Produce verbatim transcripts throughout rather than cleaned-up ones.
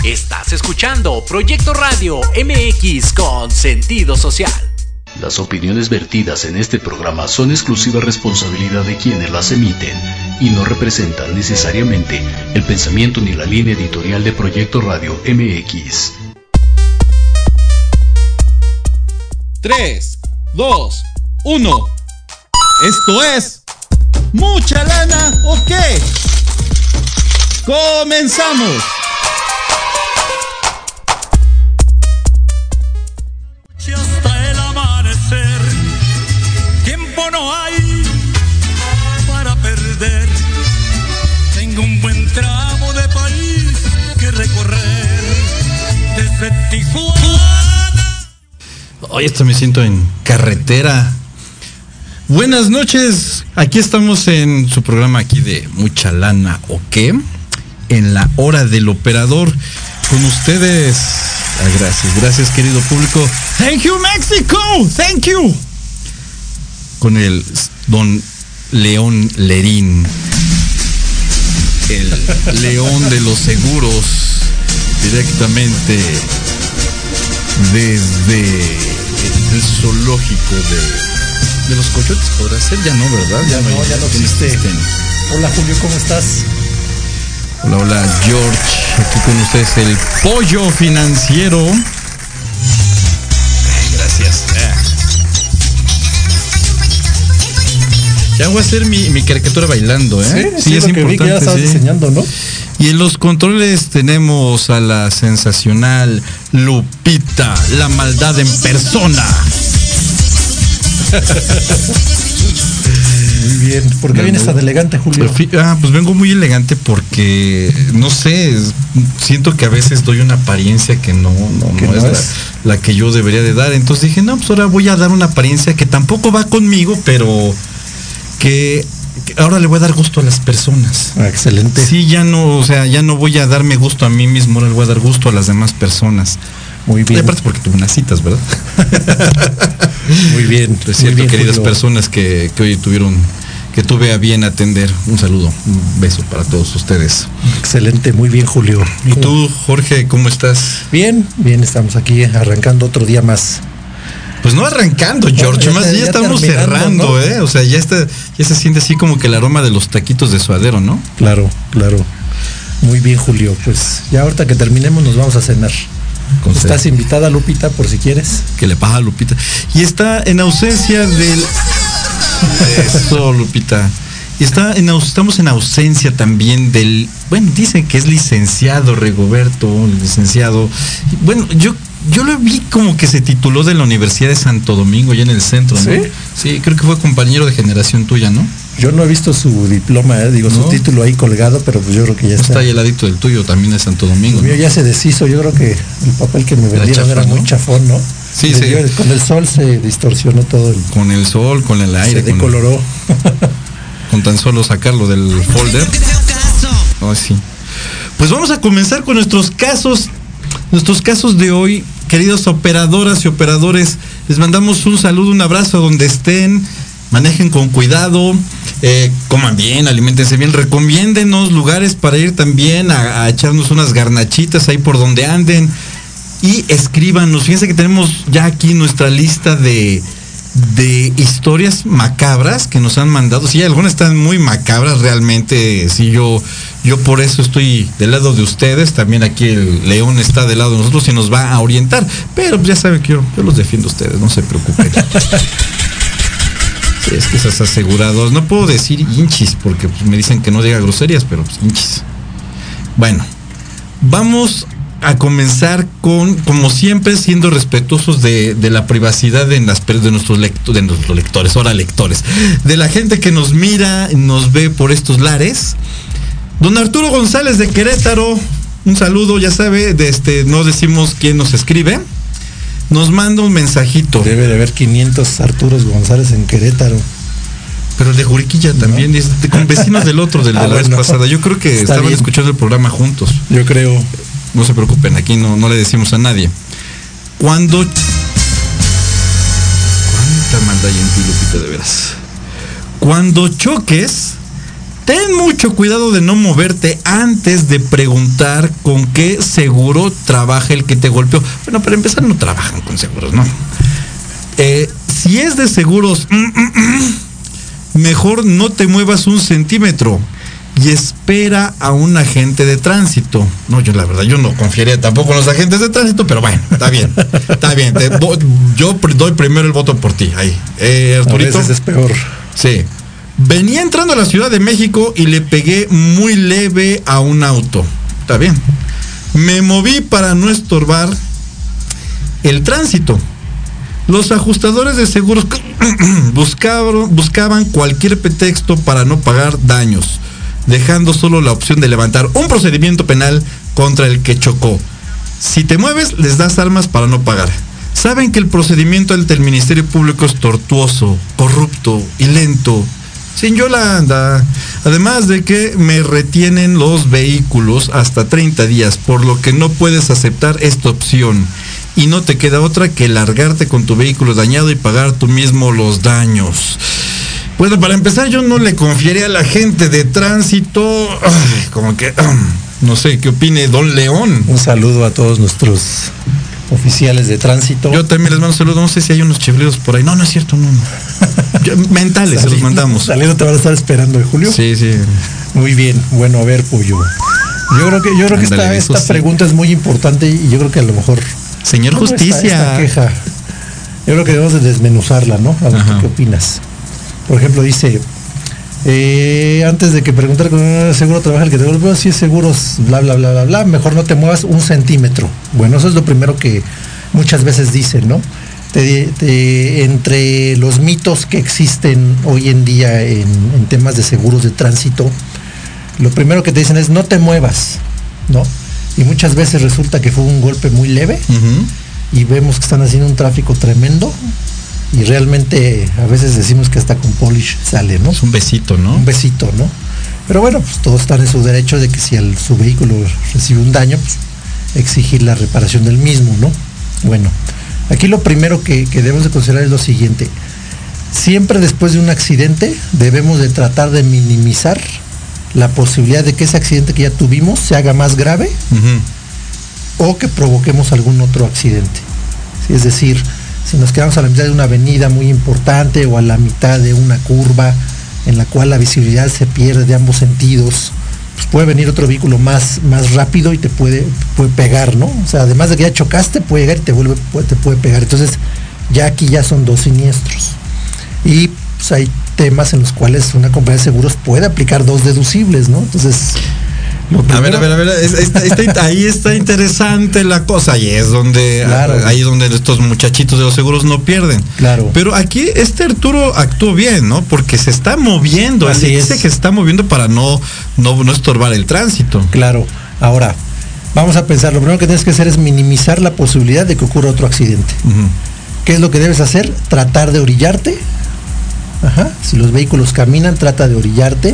Estás escuchando Proyecto Radio M X con sentido social. Las opiniones vertidas en este programa son exclusiva responsabilidad de quienes las emiten y no representan necesariamente el pensamiento ni la línea editorial de Proyecto Radio M X. tres, dos, uno. Esto es ¿Mucha lana o qué? ¡Comenzamos! Hasta el amanecer, tiempo no hay para perder. Tengo un buen tramo de país que recorrer desde Tijuana. Hoy esto me siento en carretera. Buenas noches, aquí estamos en su programa aquí de Mucha Lana o qué, en la hora del operador, con ustedes. Ah, gracias, gracias querido público. Thank you Mexico, thank you. Con el don León Lerín, el león de los seguros, directamente desde el zoológico de... De los coyotes podrá ser, ya no, ¿verdad? Ya, ya no, ya no existe. Existen. Hola Julio, ¿cómo estás? Hola, hola George, aquí con ustedes el pollo financiero. Ay, gracias. Ya voy a hacer mi, mi caricatura bailando, ¿eh? Sí, sí, sí es lo que vi que ya estabas sí. diseñando, ¿no? Y en los controles tenemos a la sensacional Lupita, la maldad en persona. Muy bien. ¿Por qué vienes tan elegante, Julio? Ah, pues vengo muy elegante porque, no sé, siento que a veces doy una apariencia que no, no, no, no es, es? La, la que yo debería de dar. Entonces dije, no, pues ahora voy a dar una apariencia que tampoco va conmigo, pero que, que ahora le voy a dar gusto a las personas. Ah, excelente. Sí, ya no, o sea, ya no voy a darme gusto a mí mismo, ahora le voy a dar gusto a las demás personas. Muy bien. Y aparte porque tuve unas citas, ¿verdad? Muy bien. Es cierto, bien, queridas Julio. personas que, que hoy tuvieron, que tuve a bien atender. Un saludo, un beso para todos ustedes. Excelente, muy bien, Julio. ¿Y ¿Cómo? Tú, Jorge, cómo estás? Bien, bien, estamos aquí arrancando otro día más. Pues no arrancando, George, bueno, ya, más ya, ya estamos cerrando, ¿no? ¿eh? O sea, ya está, ya se siente así como que el aroma de los taquitos de suadero, ¿no? Claro, claro. Muy bien, Julio. Pues ya ahorita que terminemos nos vamos a cenar. Estás invitada, Lupita, por si quieres. Que le pasa a Lupita. Y está en ausencia del... Eso, Lupita. Y está en, estamos en ausencia también del... Bueno, dicen que es licenciado Rigoberto, licenciado... Bueno, yo yo lo vi como que se tituló de la Universidad de Santo Domingo, ya en el centro, ¿no? ¿Sí? Sí, creo que fue compañero de generación tuya, ¿no? Yo no he visto su diploma, eh, digo, ¿no? Su título ahí colgado, pero pues yo creo que ya está. Está ahí al ladito del tuyo, también de Santo Domingo. El mío, ¿no? Ya se deshizo, yo creo que el papel que me vendieron era, chafa, era muy ¿no? chafón, ¿no? Sí, sí. Dio, con el sol se distorsionó todo. El, con el sol, con el aire. Se decoloró. Con, con tan solo sacarlo del folder. Oh, sí. Pues vamos a comenzar con nuestros casos, nuestros casos de hoy. Queridos operadoras y operadores, les mandamos un saludo, un abrazo donde estén. Manejen con cuidado, eh, coman bien, aliméntense bien, recomiéndenos lugares para ir también a, a echarnos unas garnachitas ahí por donde anden y escríbanos. Fíjense que tenemos ya aquí nuestra lista de, de historias macabras que nos han mandado. Sí, algunas están muy macabras realmente. Sí, yo, yo por eso estoy del lado de ustedes. También aquí el León está del lado de nosotros y nos va a orientar. Pero pues ya saben que yo, yo los defiendo a ustedes, no se preocupen. Es que esas asegurados, no puedo decir hinchis porque pues, me dicen que no diga groserías, pero pues hinchis. Bueno, vamos a comenzar con, como siempre, siendo respetuosos de, de la privacidad de, las, de, nuestros lecto, de nuestros lectores, ahora lectores, de la gente que nos mira, nos ve por estos lares. Don Arturo González de Querétaro, un saludo, ya sabe, de este, no decimos quién nos escribe. Nos manda un mensajito. Debe de haber quinientos Arturos González en Querétaro. Pero el de Juriquilla también, ¿no? Es de, con vecinos del otro, del de ah, la bueno, vez pasada. Yo creo que estaban bien. Escuchando el programa juntos. Yo creo. No se preocupen, aquí no, no le decimos a nadie. Cuando... ¿Cuánta maldad hay en ti, Lupita, de veras? Cuando choques, Ten mucho cuidado de no moverte antes de preguntar con qué seguro trabaja el que te golpeó. Bueno, para empezar no trabajan con seguros, ¿no? Eh, si es de seguros, mejor no te muevas un centímetro y espera a un agente de tránsito. No, yo la verdad, yo no confiaría tampoco en los agentes de tránsito, pero bueno, está bien, está bien. Te, yo doy primero el voto por ti, ahí. Eh, Arturito. A veces es peor. Sí. Venía entrando a la Ciudad de México y le pegué muy leve a un auto. Está bien. Me moví para no estorbar el tránsito. Los ajustadores de seguros buscaban, buscaban cualquier pretexto para no pagar daños, dejando solo la opción de levantar un procedimiento penal contra el que chocó. Si te mueves, les das armas para no pagar. Saben que el procedimiento ante el Ministerio Público es tortuoso, corrupto y lento. Sin Yolanda. Además de que me retienen los vehículos hasta treinta días, por lo que no puedes aceptar esta opción. Y no te queda otra que largarte con tu vehículo dañado y pagar tú mismo los daños. Bueno, para empezar, yo no le confiaría a la gente de tránsito. Ay, como que, no sé, ¿qué opine Don León? Un saludo a todos nuestros oficiales de tránsito. Yo también les mando un saludo. No sé si hay unos chiflidos por ahí. No, no es cierto, no. Yo, mentales se los mandamos. Saliendo te van a estar esperando, ¿eh, Julio? Sí, sí. Muy bien. Bueno, a ver, Puyo. Yo creo que, yo creo que Ándale, esta, esta sí. pregunta es muy importante y yo creo que a lo mejor... Señor no, Justicia. Esta, esta queja, yo creo que debemos de desmenuzarla, ¿no? A ver, ¿tú qué opinas? Por ejemplo, dice... Eh, antes de que preguntar con un seguro trabaja el que te golpeó, si es seguro, bla, bla, bla, bla, bla, mejor no te muevas un centímetro. Bueno, eso es lo primero que muchas veces dicen, ¿no? Te, te, entre los mitos que existen hoy en día en, en temas de seguros de tránsito, lo primero que te dicen es no te muevas, ¿no? Y muchas veces resulta que fue un golpe muy leve uh-huh. y vemos que están haciendo un tráfico tremendo. Y realmente a veces decimos que hasta con polish sale, ¿no? Es un besito, ¿no? Un besito, ¿no? Pero bueno, pues todos están en su derecho de que si el, su vehículo recibe un daño, pues exigir la reparación del mismo, ¿no? Bueno, aquí lo primero que, que debemos de considerar es lo siguiente. Siempre después de un accidente debemos de tratar de minimizar la posibilidad de que ese accidente que ya tuvimos se haga más grave uh-huh. o que provoquemos algún otro accidente. ¿Sí? Es decir, si nos quedamos a la mitad de una avenida muy importante o a la mitad de una curva en la cual la visibilidad se pierde de ambos sentidos, pues puede venir otro vehículo más, más rápido y te puede, puede pegar, ¿no? O sea, además de que ya chocaste, puede llegar y te, vuelve, puede, te puede pegar. Entonces, ya aquí ya son dos siniestros. Y pues hay temas en los cuales una compañía de seguros puede aplicar dos deducibles, ¿no? Entonces... A ver, a ver, a ver, está, está, ahí está interesante la cosa y es donde claro. ahí es donde estos muchachitos de los seguros no pierden. Claro. Pero aquí este Arturo actuó bien, ¿no? Porque se está moviendo, así dice que se está moviendo para no, no, no estorbar el tránsito. Claro. Ahora, vamos a pensar, lo primero que tienes que hacer es minimizar la posibilidad de que ocurra otro accidente. Uh-huh. ¿Qué es lo que debes hacer? Tratar de orillarte. Ajá. Si los vehículos caminan, trata de orillarte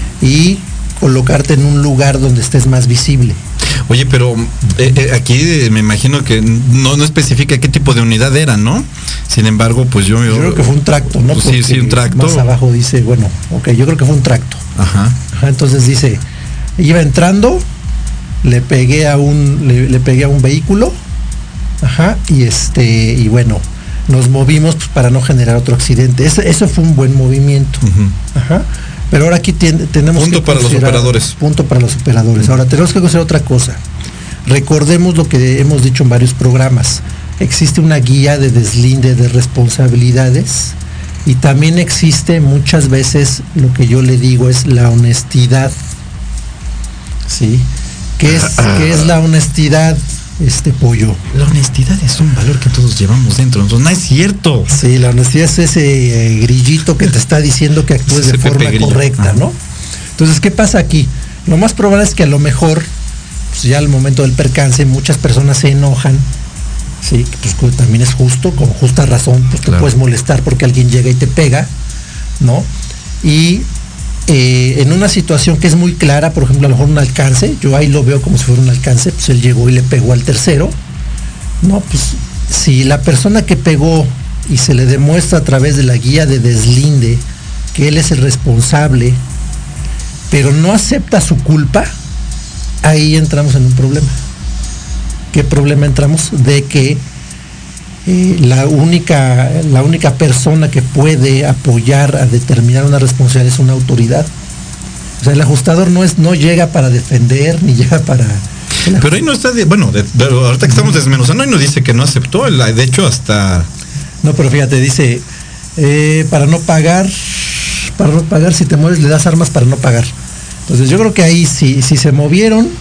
y colocarte en un lugar donde estés más visible. Oye, pero eh, eh, aquí eh, me imagino que no, no especifica qué tipo de unidad era, ¿no? Sin embargo, pues yo... Yo creo que fue un tracto, ¿no? Pues sí, sí, un tracto. Más abajo dice, bueno, ok, yo creo que fue un tracto. Ajá. Ajá, entonces dice, iba entrando, le pegué a un, le, le pegué a un vehículo, ajá, y este, y bueno, nos movimos pues, para no generar otro accidente. Eso, eso fue un buen movimiento. Uh-huh. Ajá. Pero ahora aquí ten, tenemos punto que para los operadores. Punto para los operadores. Ahora tenemos que considerar otra cosa. Recordemos lo que hemos dicho en varios programas. Existe una guía de deslinde de responsabilidades y también existe muchas veces lo que yo le digo es la honestidad. ¿Sí? ¿Qué es, qué es la honestidad? Este pollo. La honestidad es un valor que todos llevamos dentro. Entonces, no es cierto. Sí, la honestidad es ese eh, grillito que te está diciendo que actúes de forma correcta, ¿no? Entonces, ¿qué pasa aquí? Lo más probable es que a lo mejor, pues ya al momento del percance, muchas personas se enojan. Sí, pues también es justo, con justa razón, pues claro. Te puedes molestar porque alguien llega y te pega, ¿no? Y Eh, en una situación que es muy clara, por ejemplo, a lo mejor un alcance, yo ahí lo veo como si fuera un alcance, pues él llegó y le pegó al tercero, no, pues si la persona que pegó y se le demuestra a través de la guía de deslinde que él es el responsable pero no acepta su culpa, ahí entramos en un problema. ¿Qué problema entramos? De que eh, la única, la única persona que puede apoyar a determinar una responsabilidad es una autoridad. O sea, el ajustador no es, no llega para defender, ni llega para... Pero ahí no está, de, bueno, de, de, ahorita que estamos desmenuzando, ahí no dice que no aceptó, de hecho hasta... No, pero fíjate, dice, eh, para no pagar, para no pagar, si te mueres le das armas para no pagar. Entonces yo creo que ahí sí, sí se movieron,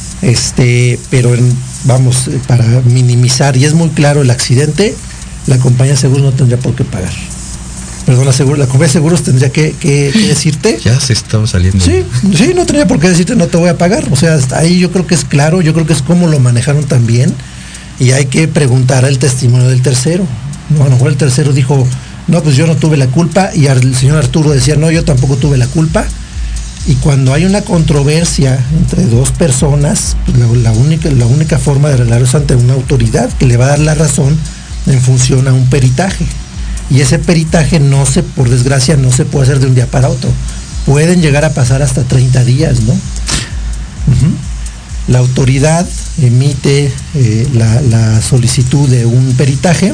este, pero en, vamos, para minimizar, y es muy claro el accidente, la compañía de seguros no tendría por qué pagar. Perdón, la, seguro, la compañía de seguros tendría que, que, que decirte. Ya se estaba saliendo. Sí, sí, no tendría por qué decirte no te voy a pagar. O sea, ahí yo creo que es claro, yo creo que es cómo lo manejaron también, y hay que preguntar al testimonio del tercero. No, a lo mejor el tercero dijo, no, pues yo no tuve la culpa, y el señor Arturo decía, no, yo tampoco tuve la culpa. Y cuando hay una controversia entre dos personas, pues la, la, única, la única forma de arreglarlo es ante una autoridad que le va a dar la razón en función a un peritaje. Y ese peritaje no se, por desgracia, no se puede hacer de un día para otro. Pueden llegar a pasar hasta treinta días, ¿no? Uh-huh. La autoridad emite eh, la, la solicitud de un peritaje,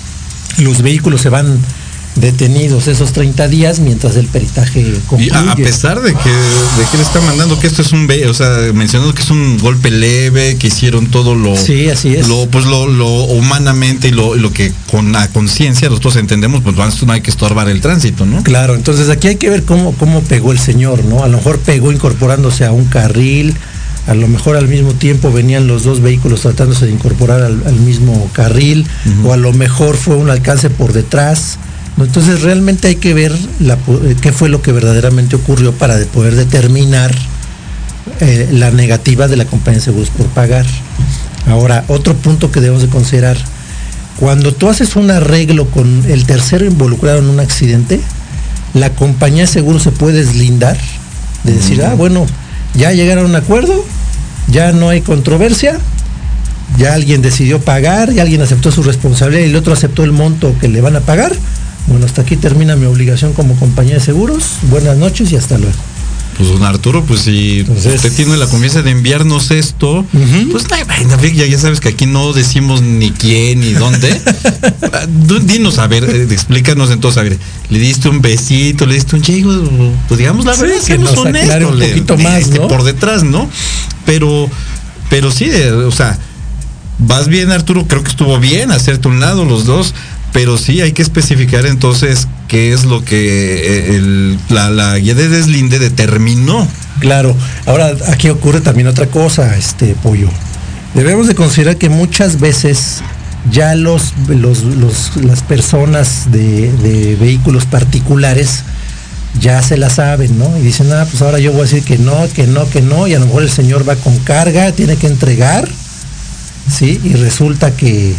los vehículos se van detenidos esos treinta días mientras el peritaje concluye. Y a, a pesar de que, de que le está mandando que esto es un, o sea, mencionando que es un golpe leve, que hicieron todo lo, sí, así es. lo pues lo, lo humanamente y lo, lo que con la conciencia nosotros entendemos, pues no hay que estorbar el tránsito, ¿no? Claro, entonces aquí hay que ver cómo, cómo pegó el señor, ¿no? A lo mejor pegó incorporándose a un carril, a lo mejor al mismo tiempo venían los dos vehículos tratándose de incorporar al, al mismo carril, uh-huh. o a lo mejor fue un alcance por detrás. Entonces realmente hay que ver la, qué fue lo que verdaderamente ocurrió para de poder determinar eh, la negativa de la compañía de seguros por pagar. Ahora, otro punto que debemos de considerar, cuando tú haces un arreglo con el tercero involucrado en un accidente, la compañía de seguros se puede deslindar de decir, mm. ah, bueno, ya llegaron a un acuerdo, ya no hay controversia, ya alguien decidió pagar, ya alguien aceptó su responsabilidad y el otro aceptó el monto que le van a pagar. Bueno, hasta aquí termina mi obligación como compañía de seguros. Buenas noches y hasta luego. Pues don Arturo, pues si Entonces, usted tiene la confianza de enviarnos esto, uh-huh. pues ya, ya sabes que aquí no decimos ni quién ni dónde. Dinos, a ver, eh, explícanos entonces, a ver, le diste un besito, le diste un chico, pues digamos la verdad, sí, que seamos honestos, un poquito le, más, ¿no? Por detrás, ¿no? Pero, pero sí, eh, o sea, vas bien, Arturo, creo que estuvo bien hacerte un lado los dos. Pero sí hay que especificar entonces qué es lo que el, la, la guía de deslinde determinó. Claro, ahora aquí ocurre también otra cosa, este Pollo. Debemos de considerar que muchas veces ya los, los, los las personas de, de vehículos particulares ya se la saben, ¿no? Y dicen, ah, pues ahora yo voy a decir que no, que no, que no, y a lo mejor el señor va con carga, tiene que entregar, ¿sí? Y resulta que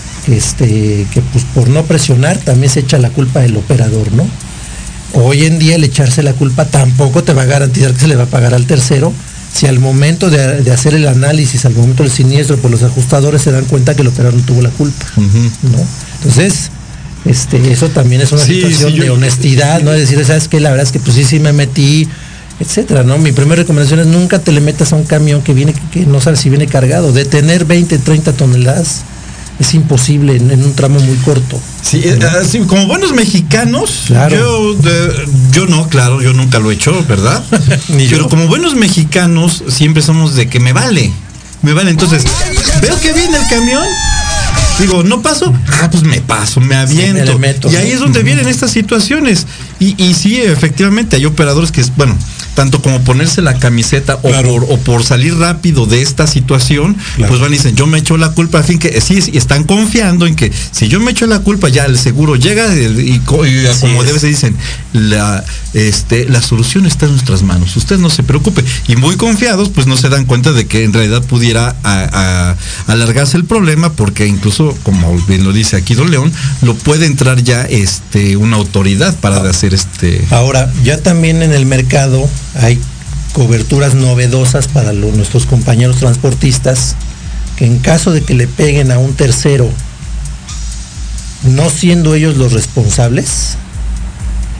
Este, que pues por no presionar también se echa la culpa del operador, ¿no? Hoy en día el echarse la culpa tampoco te va a garantizar que se le va a pagar al tercero, si al momento de, de hacer el análisis, al momento del siniestro, pues los ajustadores se dan cuenta que el operador no tuvo la culpa, uh-huh. ¿no? Entonces, este, eso también es una sí, situación sí, yo, de honestidad, ¿no? Es decir, ¿sabes qué? La verdad es que pues sí, sí me metí, etcétera, ¿no? Mi primera recomendación es nunca te le metas a un camión que viene, que, que no sabes si viene cargado, de tener veinte, treinta toneladas, es imposible en, en un tramo muy corto. Sí, ¿no? Así, como buenos mexicanos, claro. yo, de, yo no, claro, yo nunca lo he hecho, ¿verdad? Ni Pero yo. Como buenos mexicanos siempre somos de que me vale, me vale. Entonces, veo que viene el camión, digo, no paso, ah, pues me paso, me aviento. Sí, me meto, y ahí ¿no? es donde uh-huh. vienen estas situaciones. Y, y sí, efectivamente, hay operadores que, bueno, tanto como ponerse la camiseta claro. o, por, o por salir rápido de esta situación, claro. pues van y dicen, yo me echo la culpa, al fin que sí, están confiando en que si yo me echo la culpa, ya el seguro llega y, y, y como debe se dicen, la, este, la solución está en nuestras manos, usted no se preocupe. Y muy confiados, pues no se dan cuenta de que en realidad pudiera a, a, alargarse el problema, porque incluso, como bien lo dice aquí don León, lo puede entrar ya este una autoridad para ah. hacer este... Ahora, ya también en el mercado hay coberturas novedosas para los, nuestros compañeros transportistas, que en caso de que le peguen a un tercero, no siendo ellos los responsables,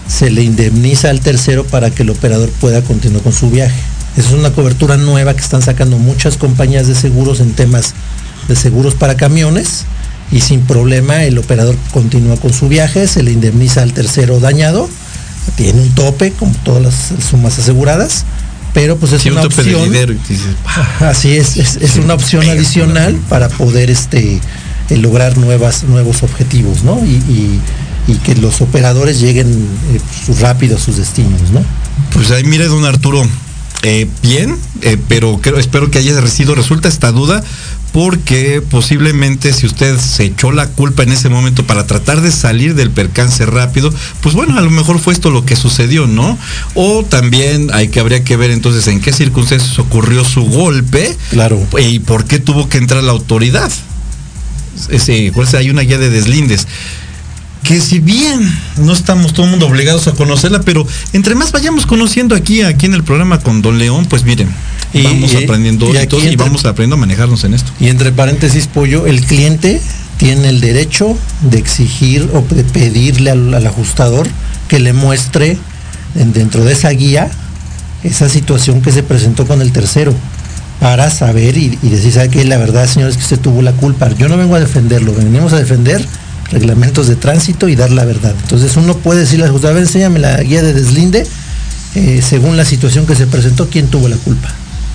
se le indemniza al tercero para que el operador pueda continuar con su viaje. Esa es una cobertura nueva que están sacando muchas compañías de seguros en temas de seguros para camiones, y sin problema el operador continúa con su viaje, se le indemniza al tercero dañado, tiene un tope como todas las sumas aseguradas, pero pues es sí, una un opción. De dinero y dices, así es, es, es sí, una opción adicional para poder este eh, lograr nuevas, nuevos objetivos, ¿no? Y, y, y que los operadores lleguen eh, pues, rápido a sus destinos, ¿no? Pues ahí mire, don Arturo, eh, bien, eh, pero creo, espero que haya sido resuelta esta duda, porque posiblemente si usted se echó la culpa en ese momento para tratar de salir del percance rápido, pues bueno, a lo mejor fue esto lo que sucedió, ¿no? O también hay que habría que ver entonces en qué circunstancias ocurrió su golpe, claro, y por qué tuvo que entrar la autoridad. Ese, pues hay una guía de deslindes, que si bien no estamos todo el mundo obligados a conocerla, pero entre más vayamos conociendo aquí, aquí en el programa con don León, pues miren, y, vamos y, aprendiendo y, y, todo, entre, y vamos aprendiendo a manejarnos en esto. Y entre paréntesis, Pollo, el cliente tiene el derecho de exigir o de pedirle al, al ajustador que le muestre en, dentro de esa guía esa situación que se presentó con el tercero, para saber y, y decir, ¿sabe qué? La verdad, señor, es que usted tuvo la culpa. Yo no vengo a defenderlo, venimos a defender reglamentos de tránsito y dar la verdad. Entonces uno puede decirle al ajustador, a ver, enséñame la guía de deslinde, eh, según la situación que se presentó, quién tuvo la culpa.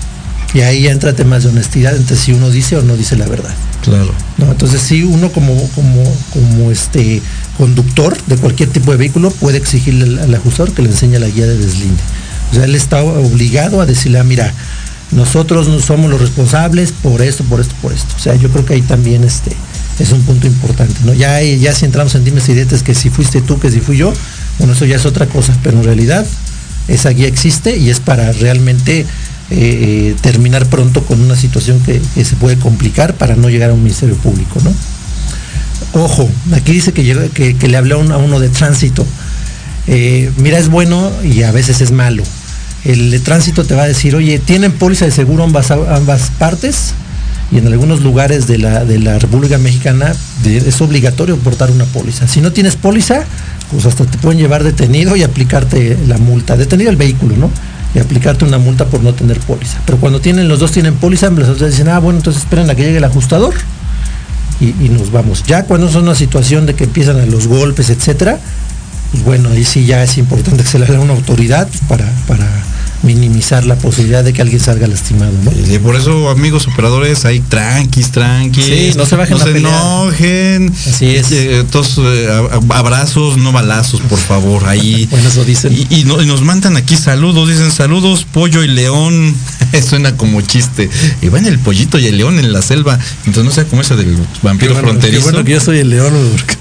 Y ahí ya entra temas de honestidad entre si uno dice o no dice la verdad. Claro. ¿No? Entonces sí, uno como, como, como este conductor de cualquier tipo de vehículo puede exigirle al, al ajustador que le enseñe la guía de deslinde. O sea, él está obligado a decirle, ah, mira, nosotros no somos los responsables por esto, por esto, por esto. O sea, yo creo que ahí también este es un punto importante, ¿no? Ya, ya si entramos en dimes y diretes que si fuiste tú, que si fui yo, bueno, eso ya es otra cosa, pero en realidad esa guía existe y es para realmente eh, terminar pronto con una situación que, que se puede complicar para no llegar a un ministerio público, ¿no? Ojo, aquí dice que, llega, que, que le habló a uno de tránsito. Eh, mira, es bueno y a veces es malo. El de tránsito te va a decir, oye, ¿tienen póliza de seguro ambas, ambas partes? Y en algunos lugares de la, de la República Mexicana de, es obligatorio portar una póliza. Si no tienes póliza, pues hasta te pueden llevar detenido y aplicarte la multa, detenido el vehículo, ¿no? Y aplicarte una multa por no tener póliza. Pero cuando tienen, los dos tienen póliza, los otros dicen, ah, bueno, entonces esperen a que llegue el ajustador y, y nos vamos. Ya cuando es una situación de que empiezan a los golpes, etcétera, pues bueno, ahí sí ya es importante que se le haga una autoridad para, para minimizar la posibilidad de que alguien salga lastimado, ¿no? Y por eso, amigos operadores, ahí tranquis, tranquis. Sí, no se bajen no a se pelear. enojen. Así es. Eh, todos, eh, abrazos, no balazos, por favor, ahí. Bueno, eso dicen. Y, y, no, y nos mandan aquí saludos, dicen saludos, Pollo y León. Suena como chiste. Y van el pollito y el león en la selva. Entonces no sé cómo ese del vampiro bueno, fronterizo. Qué bueno que yo soy el león.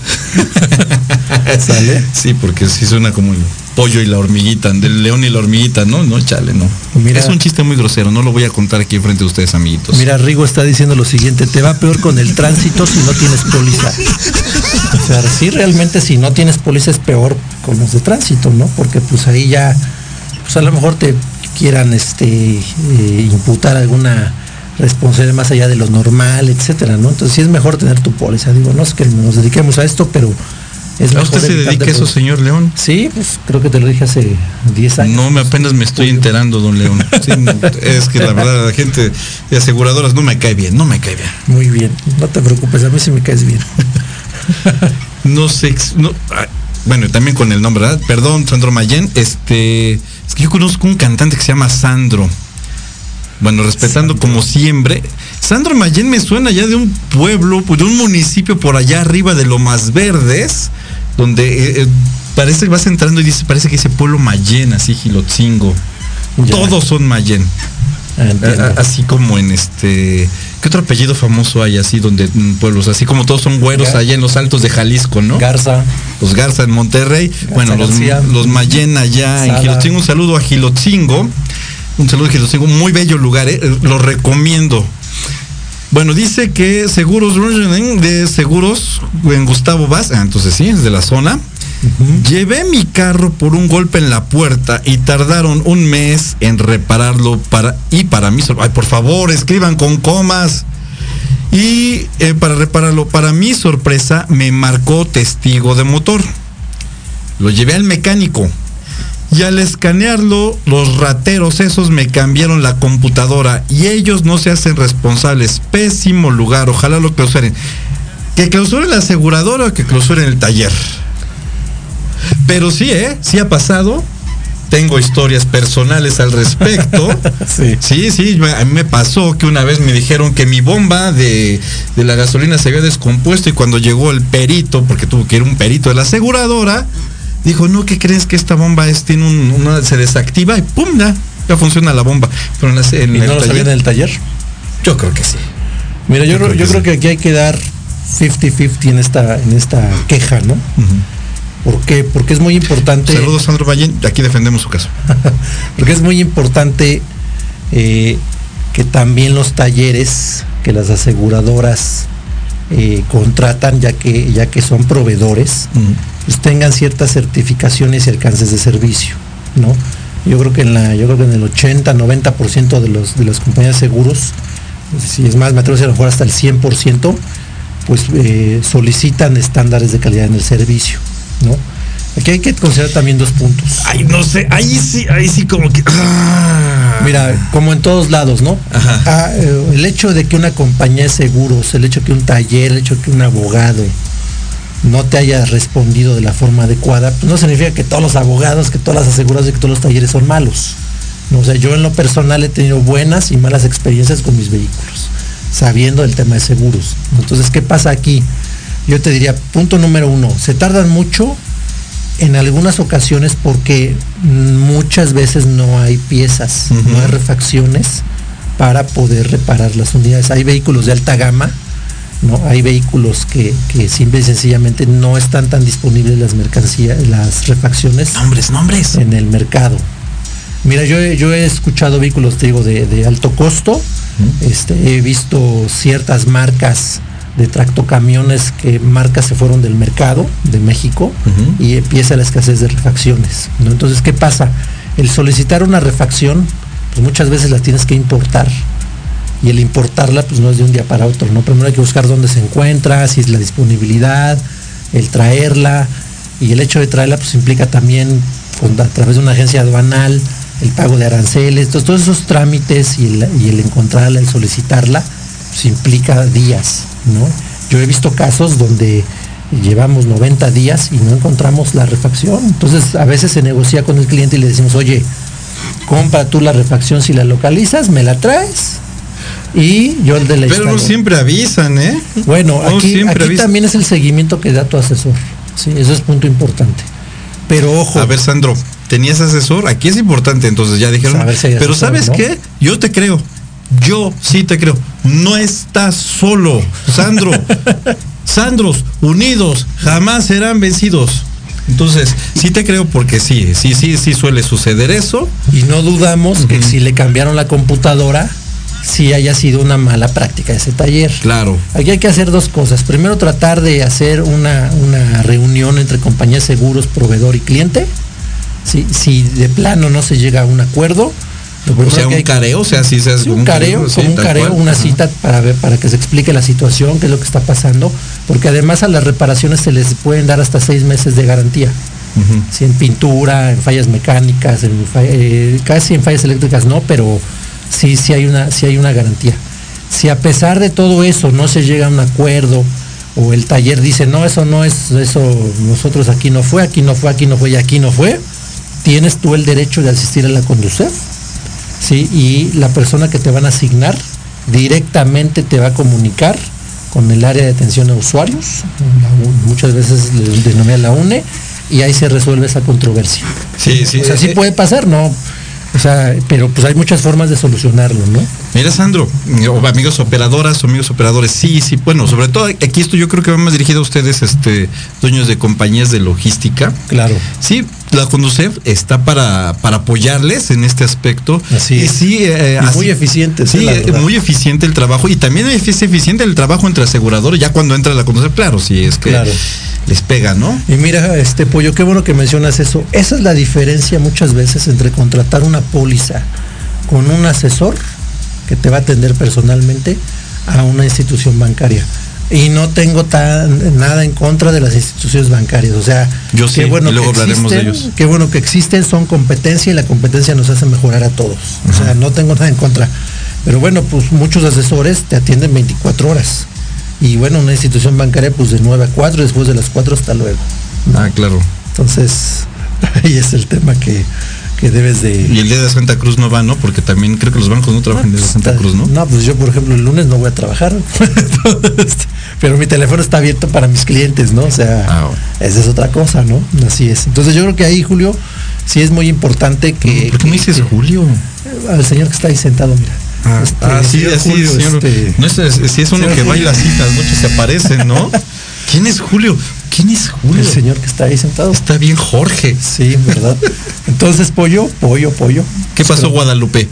¿Sale? Sí, porque sí suena como el pollo y la hormiguita, del león y la hormiguita, ¿no? No, chale, no. Mira, es un chiste muy grosero, no lo voy a contar aquí frente a ustedes, amiguitos. Mira, Rigo está diciendo lo siguiente, te va peor con el tránsito si no tienes póliza. O sea, sí, realmente si no tienes póliza es peor con los de tránsito, ¿no? Porque pues ahí ya, pues a lo mejor te quieran este eh, imputar alguna responsabilidad más allá de lo normal, etcétera, ¿no? Entonces sí es mejor tener tu póliza. Digo, no es que nos dediquemos a esto, pero es ¿a usted se dedica a eso, señor León? Sí, pues creo que te lo dije hace diez años. No, me apenas me estoy enterando, don León. Sí, es que la verdad la gente de aseguradoras no me cae bien, no me cae bien. Muy bien, no te preocupes, a mí sí me caes bien. No sé, no, bueno, también con el nombre, ¿verdad? Perdón, Sandro Mayén, este, es que yo conozco un cantante que se llama Sandro. Bueno, respetando Sandro. Como siempre, Sandro Mayén me suena ya de un pueblo, de un municipio por allá arriba de Lomas Verdes, donde eh, parece que vas entrando y dice, parece que dice pueblo Mayén, así Gilotzingo. Ya. Todos son Mayén. Ah, así como en este, ¿qué otro apellido famoso hay así donde en pueblos? Así como todos son güeros Gar allá en los altos de Jalisco, ¿no? Garza. Los Garza en Monterrey. Garza, bueno, los, los Mayén allá Sala. En Gilotzingo. Un saludo a Gilotzingo. Un saludo a Gilotzingo. Muy bello lugar, ¿eh? Lo recomiendo. Bueno, dice que seguros de seguros en Gustavo Vaz, ah, entonces sí, es de la zona. Uh-huh. Llevé mi carro por un golpe en la puerta y tardaron un mes en repararlo para y para mí, ay, por favor, escriban con comas. Y eh, para repararlo, para mi sorpresa, me marcó testigo de motor. Lo llevé al mecánico. Y al escanearlo, los rateros esos me cambiaron la computadora. Y ellos no se hacen responsables. Pésimo lugar. Ojalá lo clausuren. Que clausuren la aseguradora o que clausuren el taller. Pero sí, ¿eh? Sí ha pasado. Tengo historias personales al respecto. Sí. sí, sí, a mí me pasó que una vez me dijeron que mi bomba de, de la gasolina se había descompuesto y cuando llegó el perito, porque tuvo que ir un perito de la aseguradora, dijo, no, ¿qué crees que esta bomba es? Tiene un, una, se desactiva y ¡pum! Ya, ya funciona la bomba. Pero en, la, en ¿Y el no lo taller, sabían en el taller? Yo creo que sí. Mira, yo, yo, creo, yo que creo sí. que aquí hay que dar cincuenta cincuenta en esta, en esta queja, ¿no? Uh-huh. ¿Por qué? Porque es muy importante. Saludos, Sandro Valle, aquí defendemos su caso. Porque es muy importante eh, que también los talleres, que las aseguradoras eh, contratan, ya que, ya que son proveedores, uh-huh. pues tengan ciertas certificaciones y alcances de servicio, ¿no? Yo creo que en la, yo creo que en el ochenta, noventa por ciento de los de las compañías de seguros, si es más, me atrevo a decir a lo mejor hasta el cien por ciento, pues eh, solicitan estándares de calidad en el servicio, ¿no? Aquí hay que considerar también dos puntos. Ay, no sé, ahí sí, ahí sí como que... Ah. Mira, como en todos lados, ¿no? Ajá. Ah, eh, el hecho de que una compañía de seguros, el hecho de que un taller, el hecho de que un abogado no te haya respondido de la forma adecuada, pues no significa que todos los abogados, que todas las aseguradoras y que todos los talleres son malos, ¿no? O sea, yo en lo personal he tenido buenas y malas experiencias con mis vehículos, sabiendo del tema de seguros. Entonces, ¿qué pasa aquí? Yo te diría, punto número uno, se tardan mucho en algunas ocasiones porque muchas veces no hay piezas, uh-huh. no hay refacciones para poder reparar las unidades. Hay vehículos de alta gama, ¿no? Hay vehículos que, que simple y sencillamente no están tan disponibles las mercancías, las refacciones. Nombres, nombres. En el mercado. Mira, yo, yo he escuchado vehículos, te digo, de, de alto costo. Uh-huh. Este, he visto ciertas marcas de tractocamiones que marcas se fueron del mercado de México, uh-huh. y empieza la escasez de refacciones, ¿no? Entonces, ¿qué pasa? El solicitar una refacción, pues muchas veces la tienes que importar, y el importarla pues no es de un día para otro, ¿no? Primero hay que buscar dónde se encuentra, si es la disponibilidad, el traerla, y el hecho de traerla pues implica también a través de una agencia aduanal el pago de aranceles. Entonces, todos esos trámites y el, y el encontrarla, el solicitarla, pues implica días, ¿no? Yo he visto casos donde llevamos noventa días y no encontramos la refacción. Entonces, a veces se negocia con el cliente y le decimos, oye, compra tú la refacción, si la localizas, me la traes y yo el de la Pero no siempre avisan, ¿eh? Bueno, no aquí, aquí también es el seguimiento que da tu asesor. Sí, eso es punto importante. Pero ojo. A ver, Sandro, ¿tenías asesor? Aquí es importante, entonces ya dijeron. Si pero asesor, ¿sabes ¿no? qué? Yo te creo. Yo sí te creo. No estás solo, Sandro. Sandros unidos jamás serán vencidos. Entonces, sí te creo porque sí, sí, sí, sí suele suceder eso. Y no dudamos uh-huh. que si le cambiaron la computadora, sí haya sido una mala práctica ese taller. Claro. Aquí hay que hacer dos cosas. Primero, tratar de hacer una, una reunión entre compañías de seguros, proveedor y cliente. Si, si de plano no se llega a un acuerdo, o sea, un que careo, o sea, si se hace sí, un careo, como un careo, cual. una Ajá. cita para ver, para que se explique la situación, qué es lo que está pasando, porque además a las reparaciones se les pueden dar hasta seis meses de garantía. Uh-huh. Si en pintura, en fallas mecánicas, en, eh, casi en fallas eléctricas no, pero sí, sí hay una, sí hay una garantía. Si a pesar de todo eso no se llega a un acuerdo, o el taller dice, no, eso no es, eso nosotros aquí no fue, aquí no fue, aquí no fue y aquí no fue, tienes tú el derecho de asistir a la Conducef. Sí, y la persona que te van a asignar directamente te va a comunicar con el área de atención a usuarios, muchas veces le denomina la U N E, y ahí se resuelve esa controversia. Sí, sí. O sea, sí eh, puede pasar, ¿no? O sea, pero pues hay muchas formas de solucionarlo, ¿no? Mira, Sandro, o amigos operadoras o amigos operadores, sí, sí, bueno, sobre todo aquí esto yo creo que va más dirigido a ustedes, este, dueños de compañías de logística. Claro. Sí, la Conducef está para, para apoyarles en este aspecto. Así es. Y sí, eh, y así, muy eficiente. Sí, muy eficiente el trabajo, y también es eficiente el trabajo entre aseguradores, ya cuando entra la Conducef, claro, sí, es que claro. les pega, ¿no? Y mira, este Pollo, qué bueno que mencionas eso. Esa es la diferencia muchas veces entre contratar una póliza con un asesor que te va a atender personalmente a una institución bancaria. y no tengo tan, nada en contra de las instituciones bancarias. O sea, yo sí, qué bueno y luego que hablaremos existen, de ellos. Qué bueno que existen, son competencia y la competencia nos hace mejorar a todos. O sea, no tengo nada en contra. Pero bueno, pues muchos asesores te atienden veinticuatro horas. Y bueno, una institución bancaria pues de nueve a cuatro, después de las cuatro hasta luego. Ah, claro. Entonces, ahí es el tema que, que debes de... Y el día de Santa Cruz no va, ¿no? Porque también creo que los bancos no trabajan el día de Santa Cruz, ¿no? No, pues yo, por ejemplo, el lunes no voy a trabajar. Pero mi teléfono está abierto para mis clientes, ¿no? O sea, ah, bueno. Esa es otra cosa, ¿no? Así es. Entonces yo creo que ahí, Julio, sí es muy importante que... ¿Por qué me dices que, Julio? Al señor que está ahí sentado, mira. Ah, Este, ah sí, señor así, Julio, señor. este, No es, es- si es uno señor que Julio. baila así las noches se aparece, ¿no? ¿Quién es Julio? ¿Quién es Julio? El señor que está ahí sentado. Está bien Jorge. Sí, ¿verdad? Entonces, pollo, pollo, pollo. ¿Qué pasó, Pero- Guadalupe?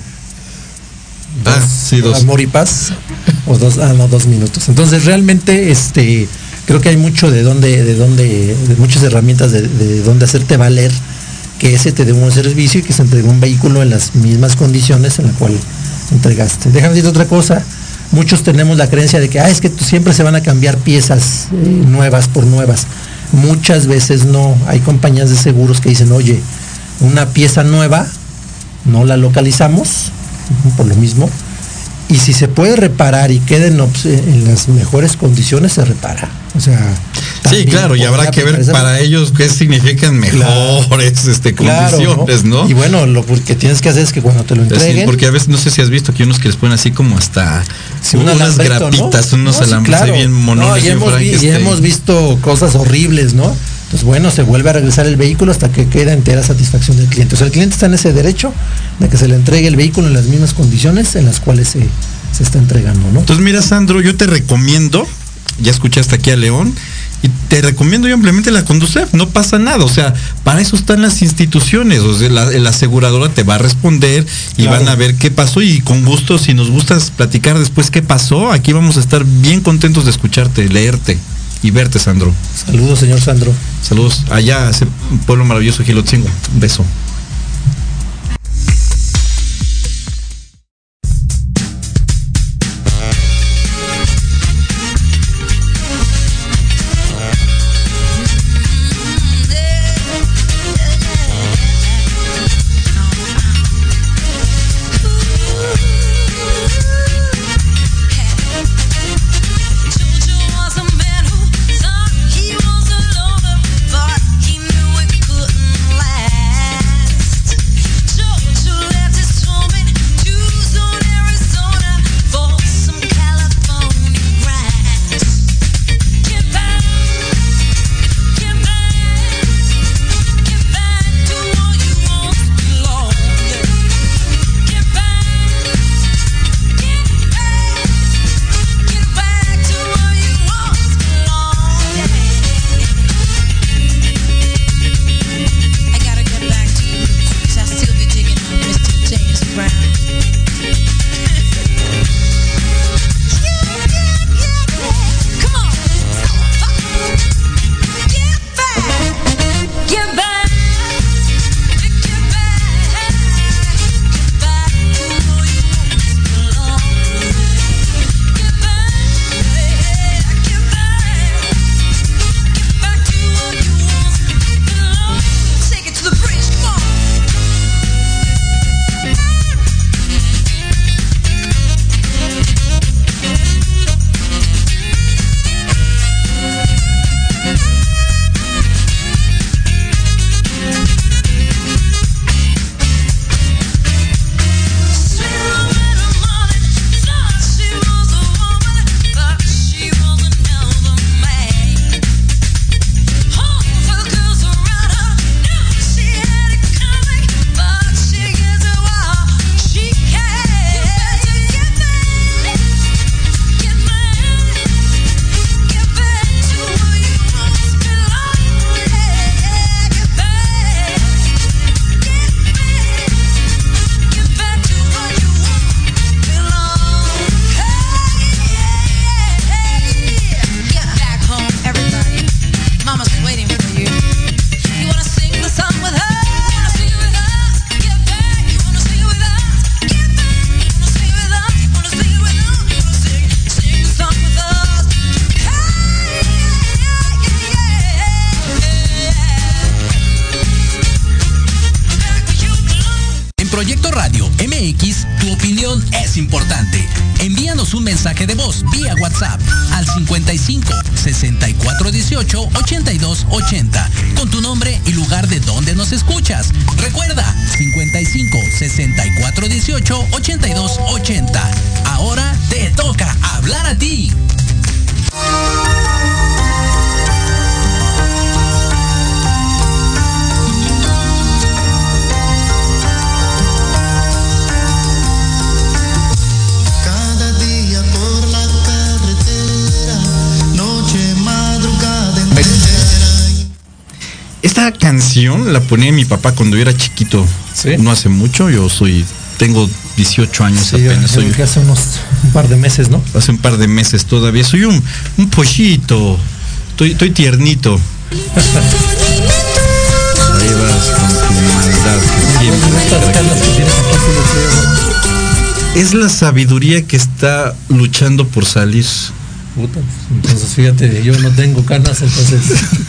Ah, sí, dos. Amor y paz. O dos, ah, no, dos minutos. Entonces, realmente, este, creo que hay mucho de dónde, de dónde, de muchas herramientas de, de dónde hacerte valer que ese te dé un servicio y que se entregue un vehículo en las mismas condiciones en la cual entregaste. Déjame decirte otra cosa. Muchos tenemos la creencia de que ah, es que siempre se van a cambiar piezas eh, nuevas por nuevas. Muchas veces no. Hay compañías de seguros que dicen, oye, una pieza nueva no la localizamos, por lo mismo, y si se puede reparar y queda en, ops- en las mejores condiciones, se repara. O sea, Sí, también claro, y habrá podría que ver aplicar esa- para ellos qué significan mejores este, Claro, condiciones, ¿no? Y bueno, lo que tienes que hacer es que cuando te lo Así, entreguen, porque a veces no sé si has visto que hay unos que les ponen así como hasta sí, un unas alambrito, grapitas, ¿no? unos No, sí, alambres claro. bien monones. No, y, bien hemos, vi- y Frankenstein. hemos visto cosas horribles, ¿no? Entonces, bueno, se vuelve a regresar el vehículo hasta que queda entera satisfacción del cliente. O sea, el cliente está en ese derecho de que se le entregue el vehículo en las mismas condiciones en las cuales se, se está entregando, ¿no? Entonces, mira, Sandro, yo te recomiendo, ya escuchaste aquí a León, y te recomiendo yo ampliamente la Conducef, no pasa nada, o sea, para eso están las instituciones, o sea, la, la aseguradora te va a responder y Claro. van a ver qué pasó y con gusto, si nos gustas platicar después qué pasó, aquí vamos a estar bien contentos de escucharte, leerte y verte, Sandro. Saludos, señor Sandro. Saludos allá a ese pueblo maravilloso Gilotzingo, un beso. He was a lover, but he knew it couldn't last. mensaje de voz vía WhatsApp al cincuenta y cinco, sesenta y cuatro dieciocho, ochenta y dos ochenta con tu nombre y lugar de donde nos escuchas. Recuerda, cincuenta y cinco, sesenta y cuatro dieciocho, ochenta y dos ochenta. Ahora te toca hablar a ti. Esta canción la ponía mi papá cuando yo era chiquito. ¿Sí? No hace mucho, yo soy, tengo dieciocho años sí, apenas. Yo, yo soy, hace unos un par de meses, ¿no? Hace un par de meses todavía. Soy un, un pollito. Estoy, estoy tiernito. Ahí vas con tu maldad que siempre. Es la sabiduría que está luchando por salir. Puta, entonces fíjate, yo no tengo canas, entonces.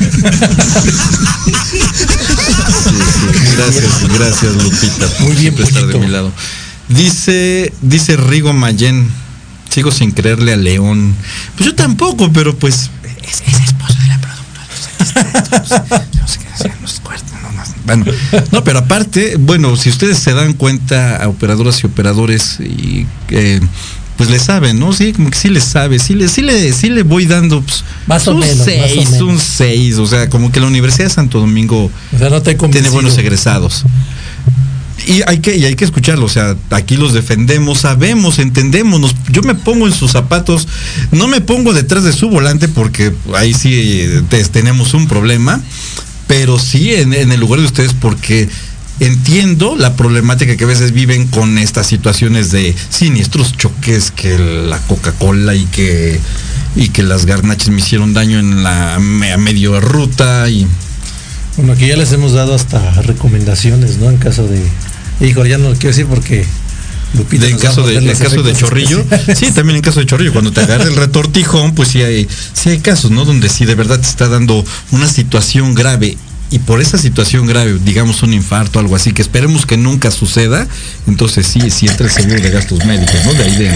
Sí, sí, gracias, gracias Lupita. Muy bien por estar de mi lado. Dice, dice Rigo Mayen, sigo sin creerle a León. Pues yo tampoco, pero pues es, es esposo de la productora. No sé qué decían los cuartos. Bueno, no, pero aparte, bueno, si ustedes se dan cuenta, a operadoras y operadores y eh, pues le saben, ¿no? Sí, como que sí le sabe, sí le, sí le, sí le voy dando pues, más o un menos, seis, más o menos. un seis, o sea, como que la Universidad de Santo Domingo o sea, no te tiene buenos egresados. Y hay que, y hay que escucharlo, o sea, aquí los defendemos, sabemos, entendemos, nos, yo me pongo en sus zapatos, no me pongo detrás de su volante porque ahí sí te, tenemos un problema, pero sí en, en el lugar de ustedes porque entiendo la problemática que a veces viven con estas situaciones de siniestros choques, que la Coca-Cola y que y que las garnachas me hicieron daño en la a medio ruta y bueno, aquí ya les hemos dado hasta recomendaciones, ¿no? En caso de, hijo, ya no lo quiero decir porque Lupita de en caso de, en caso de chorrillo, sí, también en caso de chorrillo, cuando te agarra el retortijón, pues sí hay, sí hay casos, ¿no? Donde sí de verdad te está dando una situación grave. Y por esa situación grave, digamos un infarto, algo así, que esperemos que nunca suceda, entonces sí, sí entra el seguro de gastos médicos, ¿no? De ahí de...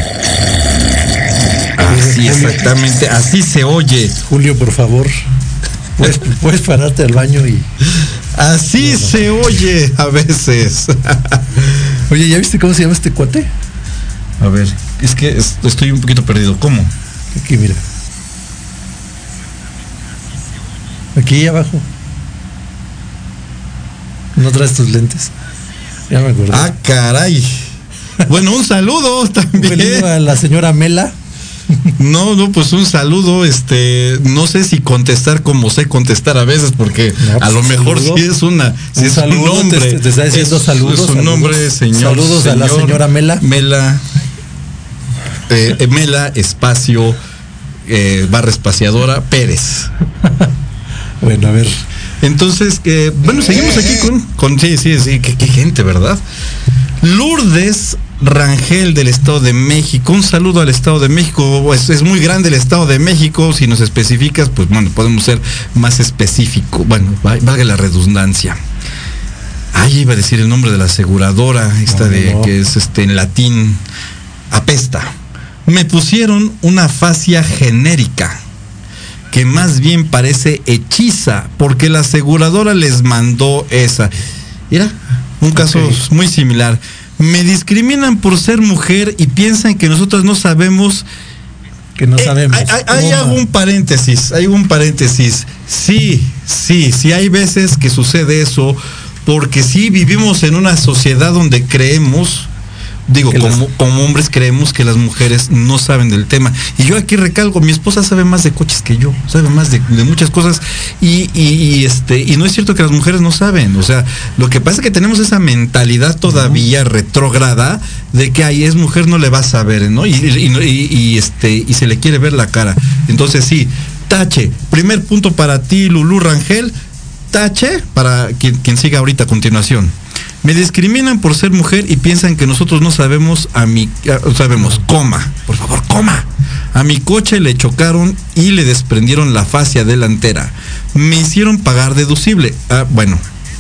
Así, exactamente, así se oye. Julio, por favor, puedes, puedes pararte al baño y... Así no, no. Se oye a veces. Oye, ¿ya viste cómo se llama este cuate? A ver, es que estoy un poquito perdido. ¿Cómo? Aquí, mira. Aquí abajo. No traes tus lentes. Ya me acordé. Ah, caray. Bueno, un saludo también. Un saludo a la señora Mela. No, no, pues un saludo, este, no sé si contestar como sé contestar a veces, porque no, pues a lo mejor saludo. Si es una, si un es saludo, un nombre. Te, te está diciendo es, saludos. Es un saludos, nombre, señor. Saludos señor, a la señora Mela. Mela, eh, Mela, espacio, eh, barra espaciadora, Pérez. Bueno, a ver. Entonces, eh, bueno, seguimos aquí con, con sí, sí, sí, qué, qué gente, ¿verdad? Lourdes Rangel del Estado de México, un saludo al Estado de México, es, es muy grande el Estado de México, si nos especificas, pues bueno, podemos ser más específicos, bueno, valga la redundancia. Ay, iba a decir el nombre de la aseguradora, esta no, de, no. que es este en latín, apesta. Me pusieron una fascia genérica, que más bien parece hechiza, porque la aseguradora les mandó esa. Mira, un caso okay. muy similar. Me discriminan por ser mujer y piensan que nosotros no sabemos. Que no sabemos. Eh, hay, hay hago un paréntesis, hay un paréntesis. Sí, sí, sí hay veces que sucede eso, porque sí vivimos en una sociedad donde creemos, digo, como, las... como hombres creemos que las mujeres no saben del tema. Y yo aquí recalco, mi esposa sabe más de coches que yo, sabe más de, de muchas cosas, y, y, y este, y no es cierto que las mujeres no saben. O sea, lo que pasa es que tenemos esa mentalidad todavía uh-huh. retrógrada de que ahí es mujer, no le va a saber, ¿no? Y, y, y, y este, y se le quiere ver la cara. Entonces sí, tache. Primer punto para ti, Lulú Rangel, tache para quien, quien siga ahorita a continuación. Me discriminan por ser mujer y piensan que nosotros no sabemos a mi, a, sabemos, coma, por favor, coma. A mi coche le chocaron y le desprendieron la fascia delantera. Me hicieron pagar deducible. Ah, bueno,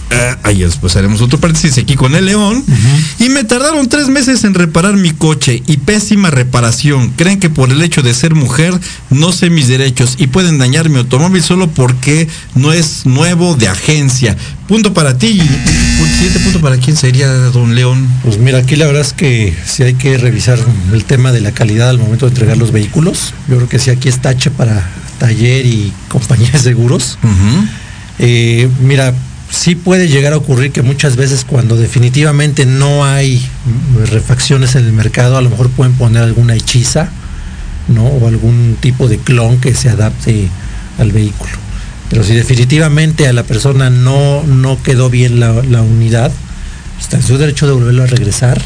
Uh, ahí después haremos otro paréntesis aquí con el León. Uh-huh. Y me tardaron tres meses en reparar mi coche y pésima reparación. Creen que por el hecho de ser mujer no sé mis derechos y pueden dañar mi automóvil solo porque no es nuevo de agencia. Punto para ti. ¿El siguiente punto para quién sería, don León? Pues mira, aquí la verdad es que sí hay que revisar el tema de la calidad al momento de entregar los vehículos. Yo creo que sí aquí es tache para taller y compañía de seguros. Uh-huh. Eh, mira, sí puede llegar a ocurrir que muchas veces cuando definitivamente no hay refacciones en el mercado, a lo mejor pueden poner alguna hechiza, ¿no? O algún tipo de clon que se adapte al vehículo. Pero si definitivamente a la persona no, no quedó bien la, la unidad, está en su derecho de volverlo a regresar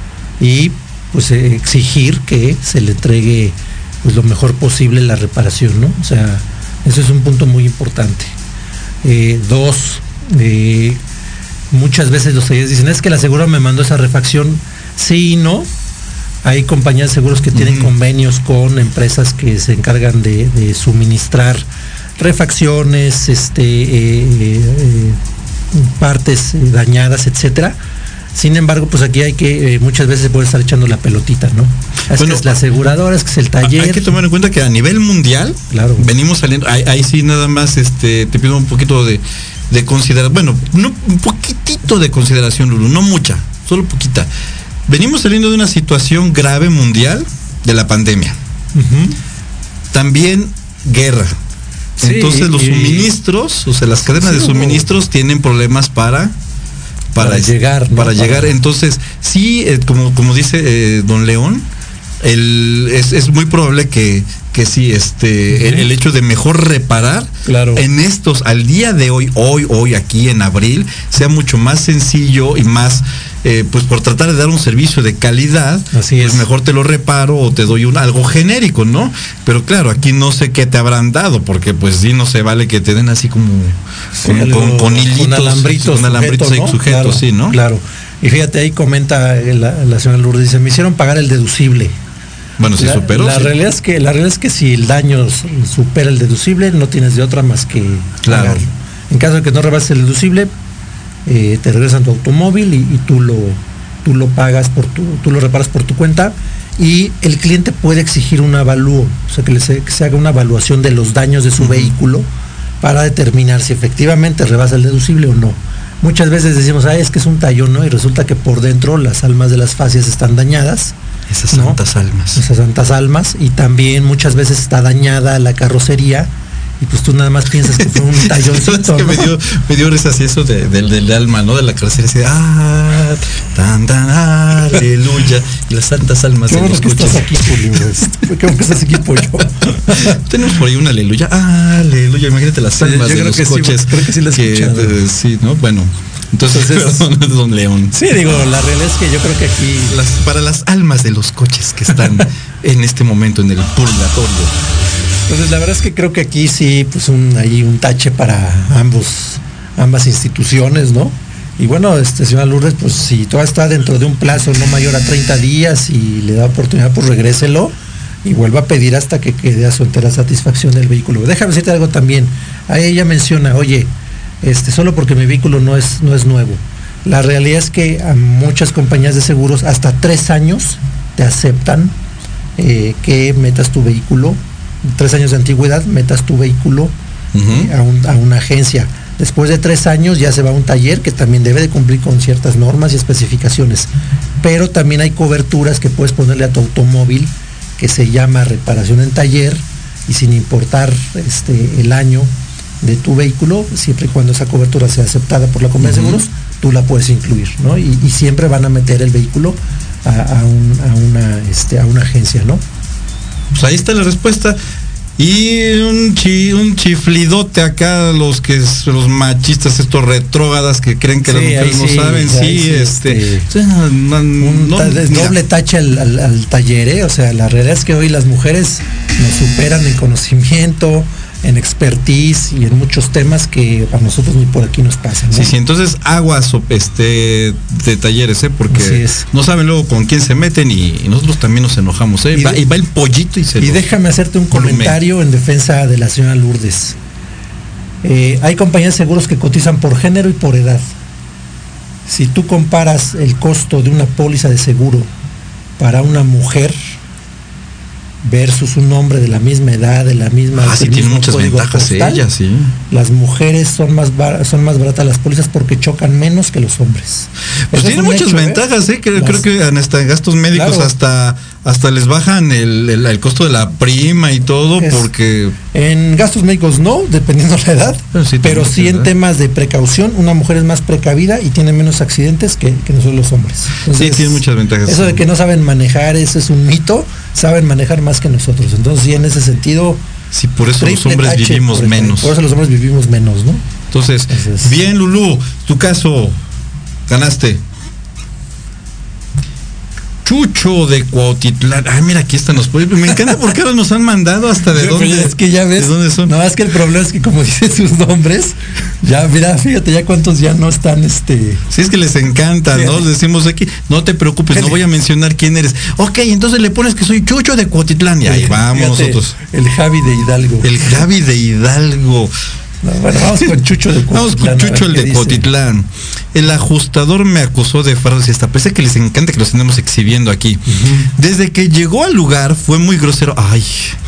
y pues eh, exigir que se le entregue pues lo mejor posible la reparación, ¿no? O sea, eso es un punto muy importante. Eh, dos, Eh, muchas veces los talleres dicen, es que la asegurada me mandó esa refacción. Sí y no. Hay compañías de seguros que tienen uh-huh. convenios con empresas que se encargan de, de suministrar refacciones, este, eh, eh, partes dañadas, etcétera. Sin embargo, pues aquí hay que, eh, muchas veces se puede estar echando la pelotita, ¿no? Es bueno, que es la aseguradora, es que es el taller. Hay que tomar en cuenta que a nivel mundial, claro, venimos saliendo, ahí, ahí sí nada más, este, te pido un poquito de, de consideración, bueno, no, un poquitito de consideración, Lulu, no mucha, solo poquita. Venimos saliendo de una situación grave mundial de la pandemia. Uh-huh. También guerra. Sí, entonces los y, suministros, o sea, las cadenas sí, de suministros tienen problemas para para, para llegar, ¿no? para llegar. Entonces, sí, eh, como, como dice eh, don León, el, es, es muy probable que, que sí, este, uh-huh. el, el hecho de mejor reparar, claro, en estos, al día de hoy, hoy, hoy, aquí en abril, sea mucho más sencillo y más, eh, pues por tratar de dar un servicio de calidad, así pues es. Mejor te lo reparo o te doy un algo genérico, ¿no? Pero claro, aquí no sé qué te habrán dado, porque pues sí, no se vale que te den así como, sí, como algo, con, con hilitos, con alambritos, con alambritos sujeto, ¿no? sujetos, claro, sí, ¿no? Claro. Y fíjate, ahí comenta la, la señora Lourdes, dice, me hicieron pagar el deducible. Bueno, si la, superó. La sí. realidad es que la realidad es que si el daño supera el deducible, no tienes de otra más que claro. pagarlo. En caso de que no rebases el deducible, eh, te regresan tu automóvil y, y tú lo tú lo pagas por tu, tú lo reparas por tu cuenta, y el cliente puede exigir un avalúo, o sea que, le se, que se haga una evaluación de los daños de su uh-huh. vehículo para determinar si efectivamente rebasa el deducible o no. Muchas veces decimos, ah, es que es un tallón, ¿no? Y resulta que por dentro las almas de las fascias están dañadas. Esas santas, ¿no? almas. Esas santas almas. Y también muchas veces está dañada la carrocería. Y pues tú nada más piensas que fue un talloncito. Es que ¿no? me dio, me dio risa así eso de, de, del alma, ¿no? De la carrocería, así de ah, tan, tan, aleluya. Y las santas almas qué de bueno los que coches. Estás aquí, Julio. Qué bueno que estás aquí, Pollo. Tenemos por ahí una aleluya. Ah, aleluya. Imagínate las almas sí, de los coches. Sí, creo que sí las he escuchado. Eh, sí, ¿no? Bueno. Entonces, perdón, don León. Sí, digo, la realidad es que yo creo que aquí... Las, para las almas de los coches que están en este momento en el purgatorio. Entonces, la verdad es que creo que aquí sí, pues un, hay un tache para ambos, ambas instituciones, ¿no? Y bueno, este señora Lourdes, pues si todavía está dentro de un plazo no mayor a treinta días y le da oportunidad, pues regréselo y vuelva a pedir hasta que quede a su entera satisfacción del vehículo. Déjame decirte algo también. Ahí ella menciona, oye, Este, solo porque mi vehículo no es, no es nuevo. La realidad es que a muchas compañías de seguros hasta tres años te aceptan eh, que metas tu vehículo, tres años de antigüedad, metas tu vehículo uh-huh. eh, a, un, a una agencia. Después de tres años ya se va a un taller que también debe de cumplir con ciertas normas y especificaciones. Pero también hay coberturas que puedes ponerle a tu automóvil que se llama reparación en taller, y sin importar este, el año de tu vehículo, siempre y cuando esa cobertura sea aceptada por la compañía uh-huh. de seguros, tú la puedes incluir, ¿no? Y, y siempre van a meter el vehículo a, a, un, a, una, este, a una agencia, ¿no? Pues ahí está la respuesta. Y un, chi, un chiflidote acá, los que los machistas, estos retrógadas que creen que sí, las mujeres no sí, saben, sí, sí, este, este man, un no, ta- doble tache al, al, al taller, ¿eh? O sea, la realidad es que hoy las mujeres nos superan en conocimiento, en expertise y en muchos temas que a nosotros ni por aquí nos pasan, ¿no? Sí, sí, entonces aguas este de talleres, ¿eh? Porque no saben luego con quién se meten y, y nosotros también nos enojamos, ¿eh? Y, va, de, y va el pollito y se Y déjame hacerte un comentario en defensa de la señora Lourdes. Eh, hay compañías de seguros que cotizan por género y por edad. Si tú comparas el costo de una póliza de seguro para una mujer versus un hombre de la misma edad, de la misma... Ah, sí, tiene muchas ventajas ella, sí. Las mujeres son más bar, son más baratas las pólizas porque chocan menos que los hombres. Pues tiene muchas hecho, ventajas, ¿eh? Creo, las, creo que hasta en gastos médicos claro. hasta hasta les bajan el, el, el costo de la prima y todo, es, porque... En gastos médicos no, dependiendo de la edad, pero sí, pero sí en temas de precaución, una mujer es más precavida y tiene menos accidentes que, que nosotros los hombres. Entonces, sí, tiene muchas ventajas. Eso de que no saben manejar, eso es un mito, saben manejar más que nosotros. Entonces, sí, en ese sentido... Sí, por eso los hombres H, vivimos por menos. Por eso los hombres vivimos menos, ¿no? Entonces, Entonces bien, Lulú, tu caso, ganaste. Chucho de Cuautitlán. Ay, mira, aquí están los pollos. Me encanta porque ahora nos han mandado hasta de dónde. Oye, es que ya ves. ¿De dónde son? No, es que el problema es que como dicen sus nombres, ya, mira, fíjate ya cuántos ya no están, este. Sí, es que les encanta, ¿no? Les decimos aquí, no te preocupes, no voy a mencionar quién eres. Ok, entonces le pones que soy Chucho de Cuautitlán. Y ahí vamos fíjate, nosotros. El Javi de Hidalgo. El Javi de Hidalgo. No, bueno, vamos con Chucho de Cuautitlán. Vamos con Chucho el de Cuautitlán. El ajustador me acusó de fraude y hasta parece que les encanta que los tenemos exhibiendo aquí. Uh-huh. Desde que llegó al lugar fue muy grosero. Ay.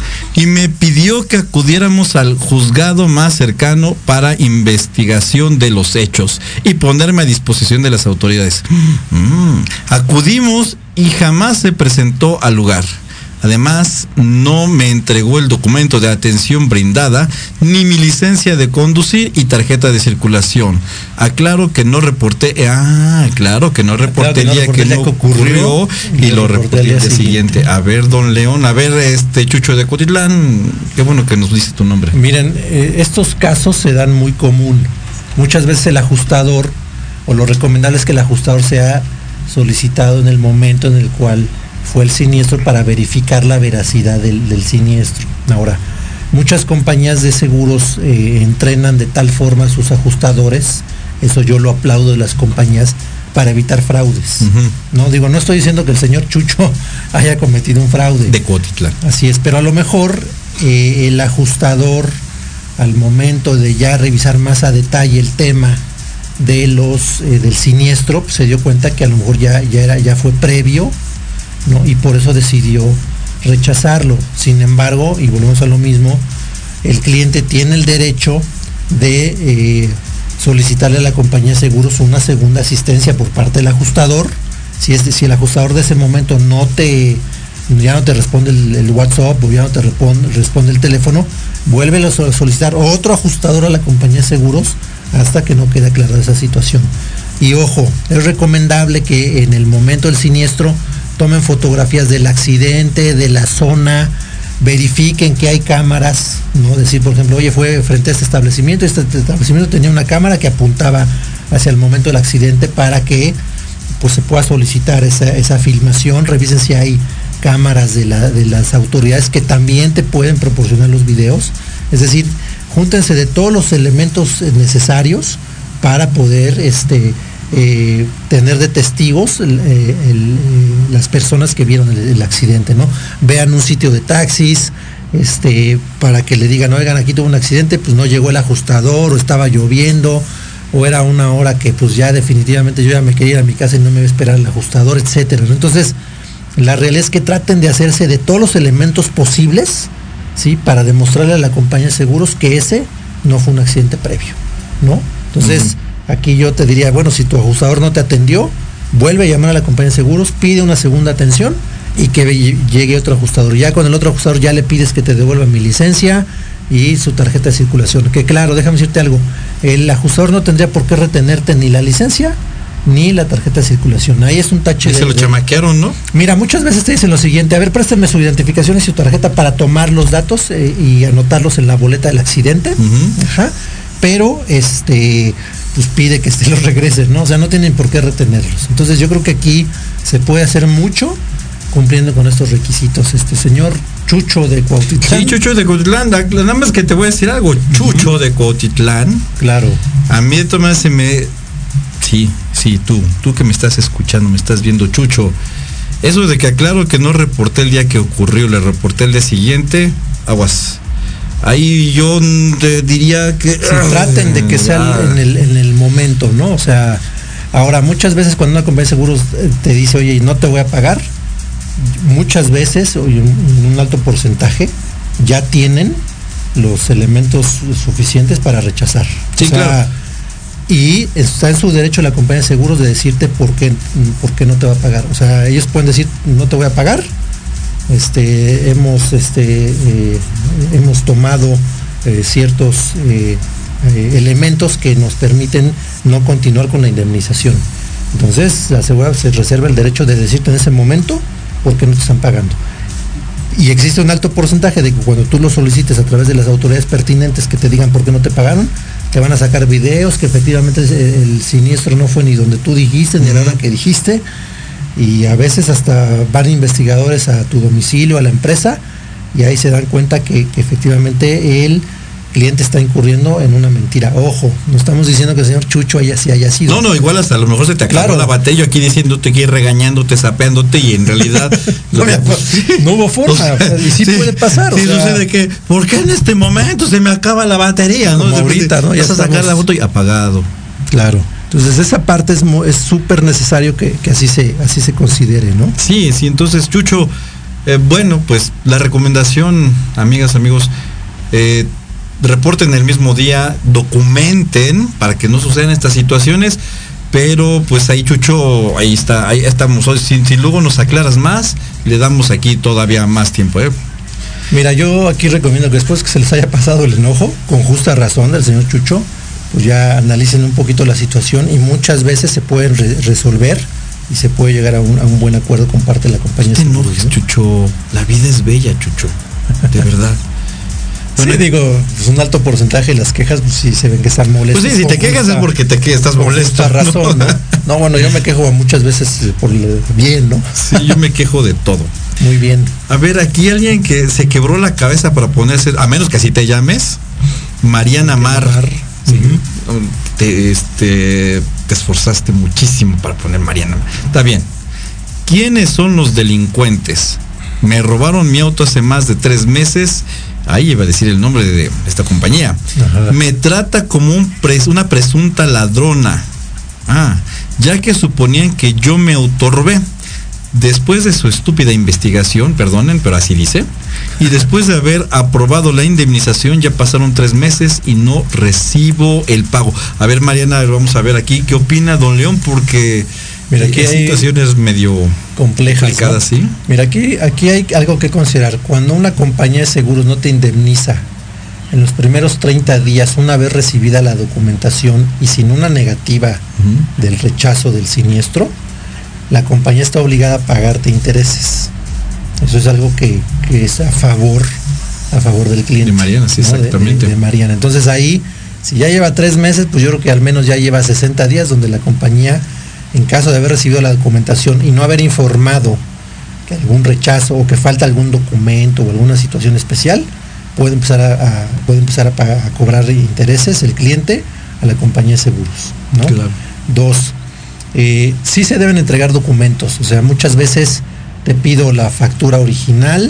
Y me pidió que acudiéramos al juzgado más cercano para investigación de los hechos y ponerme a disposición de las autoridades. Mm. Acudimos y jamás se presentó al lugar. Además, no me entregó el documento de atención brindada, ni mi licencia de conducir y tarjeta de circulación. Aclaro que no reporté, ah, claro que no reporté el día que no ocurrió y lo reporté el día siguiente. A ver, don León, a ver, este Chucho de Cuautitlán, qué bueno que nos dice tu nombre. Miren, eh, estos casos se dan muy común. Muchas veces el ajustador, o lo recomendable es que el ajustador sea solicitado en el momento en el cual fue el siniestro para verificar la veracidad del, del siniestro. Ahora, muchas compañías de seguros eh, entrenan de tal forma a sus ajustadores, eso yo lo aplaudo de las compañías, para evitar fraudes. Uh-huh. No digo, no estoy diciendo que el señor Chucho haya cometido un fraude. De Cuautitlán. Así es, pero a lo mejor eh, el ajustador, al momento de ya revisar más a detalle el tema de los eh, del siniestro, pues, se dio cuenta que a lo mejor ya, ya era, ya fue previo, ¿no? Y por eso decidió rechazarlo. Sin embargo, y volvemos a lo mismo, el cliente tiene el derecho de eh, solicitarle a la compañía de seguros una segunda asistencia por parte del ajustador. Si, es, si el ajustador de ese momento no te ya no te responde el, el WhatsApp o ya no te responde, responde el teléfono, vuélvelo a solicitar otro ajustador a la compañía de seguros hasta que no quede aclarada esa situación. Y ojo, es recomendable que en el momento del siniestro tomen fotografías del accidente, de la zona, verifiquen que hay cámaras, ¿no? Decir, por ejemplo, oye, fue frente a este establecimiento, este establecimiento tenía una cámara que apuntaba hacia el momento del accidente para que pues se pueda solicitar esa, esa filmación. Revisen si hay cámaras de, la, de las autoridades que también te pueden proporcionar los videos. Es decir, júntense de todos los elementos necesarios para poder este Eh, tener de testigos el, el, el, las personas que vieron el, el accidente, ¿no? Vean un sitio de taxis, este, para que le digan, oigan, aquí tuvo un accidente, pues no llegó el ajustador, o estaba lloviendo, o era una hora que pues ya definitivamente yo ya me quería ir a mi casa y no me iba a esperar el ajustador, etcétera, ¿no? Entonces, la realidad es que traten de hacerse de todos los elementos posibles, ¿sí? Para demostrarle a la compañía de seguros que ese no fue un accidente previo, ¿no? Entonces, uh-huh. Aquí yo te diría, bueno, si tu ajustador no te atendió, vuelve a llamar a la compañía de seguros, pide una segunda atención y que llegue otro ajustador. Ya con el otro ajustador ya le pides que te devuelva mi licencia y su tarjeta de circulación. Que claro, déjame decirte algo, el ajustador no tendría por qué retenerte ni la licencia ni la tarjeta de circulación. Ahí es un tache. Y de, se lo de, chamaquearon, ¿no? Mira, muchas veces te dicen lo siguiente, a ver, préstame su identificación y su tarjeta para tomar los datos eh, y anotarlos en la boleta del accidente. Uh-huh. Ajá. Pero este pues pide que se los regresen, ¿no? O sea, no tienen por qué retenerlos. Entonces yo creo que aquí se puede hacer mucho cumpliendo con estos requisitos. Este señor Chucho de Cuautitlán. Sí, Chucho de Cuautitlán, nada más que te voy a decir algo, Chucho uh-huh. de Cuautitlán. Claro. A mí esto me hace me... Sí, sí, tú, tú que me estás escuchando, me estás viendo, Chucho. Eso de que aclaro que no reporté el día que ocurrió, le reporté el día siguiente, aguas. ahí yo te diría que... Si traten de que sea en el, en el momento, ¿no? O sea, ahora muchas veces cuando una compañía de seguros te dice, oye, no te voy a pagar, muchas veces, o en un alto porcentaje, ya tienen los elementos suficientes para rechazar. Sí, o sea, claro. Y está en su derecho la compañía de seguros de decirte por qué, por qué no te va a pagar. O sea, ellos pueden decir, no te voy a pagar, este, hemos, este, eh, hemos tomado eh, ciertos eh, eh, elementos que nos permiten no continuar con la indemnización. Entonces, la aseguradora se reserva el derecho de decirte en ese momento por qué no te están pagando. Y existe un alto porcentaje de que cuando tú lo solicites a través de las autoridades pertinentes que te digan por qué no te pagaron, te van a sacar videos que efectivamente el siniestro no fue ni donde tú dijiste, ni a la hora que dijiste, y a veces hasta van investigadores a tu domicilio, a la empresa, y ahí se dan cuenta que, que efectivamente el cliente está incurriendo en una mentira. Ojo, no estamos diciendo que el señor Chucho haya, sí haya sido. No, no, igual hasta a lo mejor se te acabó Claro. la batería aquí diciéndote que regañándote, sapeándote, y en realidad no, lo que, pues, no hubo forma, o sea, y sí, sí puede pasar. Sí, o sea, sucede que, ¿por qué en este momento se me acaba la batería? ¿No? Como De repente ahorita, ¿no? Ya vas a sacar estamos- la foto y apagado. Claro. Entonces esa parte es mu- es súper necesario que, que así se así se considere, ¿no? Sí, sí, entonces, Chucho, eh, bueno, pues la recomendación, amigas, amigos, eh, reporten el mismo día, documenten para que no sucedan estas situaciones, pero pues ahí, Chucho, ahí está, ahí estamos hoy. Si, si luego nos aclaras más, le damos aquí todavía más tiempo, ¿eh? Mira, yo aquí recomiendo que después que se les haya pasado el enojo, con justa razón del señor Chucho, pues ya analicen un poquito la situación y muchas veces se pueden re- resolver y se puede llegar a un, a un buen acuerdo con parte de la compañía. Te de seguros, enojes, ¿no? Chucho, la vida es bella, Chucho, de verdad. Bueno, sí, digo, pues un alto porcentaje de las quejas, pues sí se ven que están molestos. Pues sí, si te con quejas justa- es porque te que estás con molesto. justa razón, ¿no? No, bueno, yo me quejo muchas veces eh, por el bien, ¿no? Sí, yo me quejo de todo. Muy bien. A ver, aquí alguien que se quebró la cabeza para ponerse, a menos que así te llames, Mariana Mar. Mar. Sí, te, este, te esforzaste muchísimo para poner Mariana Mar. Está bien. ¿Quiénes son los delincuentes? Me robaron mi auto hace más de tres meses. Ahí iba a decir el nombre de esta compañía. Ajá. Me trata como un pres, una presunta ladrona. Ah, ya que suponían que yo me autorrobé. Después de su estúpida investigación, perdonen, pero así dice, y después de haber aprobado la indemnización, ya pasaron tres meses y no recibo el pago. A ver, Mariana, vamos a ver aquí qué opina don León, porque Mira, aquí hay hay situaciones medio complejas, complicadas, ¿no? ¿sí? Mira, aquí, aquí hay algo que considerar. Cuando una compañía de seguros no te indemniza en los primeros treinta días, una vez recibida la documentación y sin una negativa Uh-huh. del rechazo del siniestro, la compañía está obligada a pagarte intereses. Eso es algo que, que es a favor, a favor del cliente. De Mariana, sí, ¿no? De- exactamente. De, de Mariana. Entonces ahí, si ya lleva tres meses, pues yo creo que al menos ya lleva sesenta días donde la compañía, en caso de haber recibido la documentación y no haber informado que algún rechazo o que falta algún documento o alguna situación especial, puede empezar a, a- puede empezar a, pagar- a cobrar intereses el cliente a la compañía de seguros, ¿no? Claro. Dos, eh, sí se deben entregar documentos, o sea, muchas veces te pido la factura original,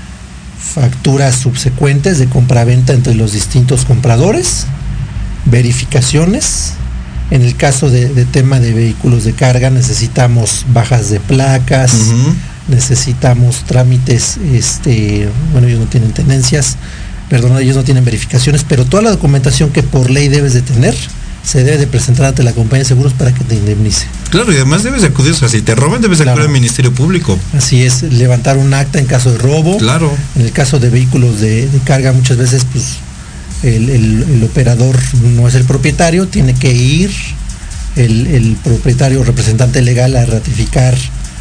facturas subsecuentes de compraventa entre los distintos compradores, verificaciones. En el caso de, de tema de vehículos de carga necesitamos bajas de placas, Ujú. necesitamos trámites, este, bueno, ellos no tienen tenencias, perdón, ellos no tienen verificaciones, pero toda la documentación que por ley debes de tener se debe de presentar ante la compañía de seguros para que te indemnice. Claro, y además debes de acudir, o sea, si te roban debes de acudir Claro. al Ministerio Público. Así es, levantar un acta en caso de robo. Claro. En el caso de vehículos de, de carga, muchas veces pues el, el- el operador no es el propietario, tiene que ir el, el propietario o representante legal a ratificar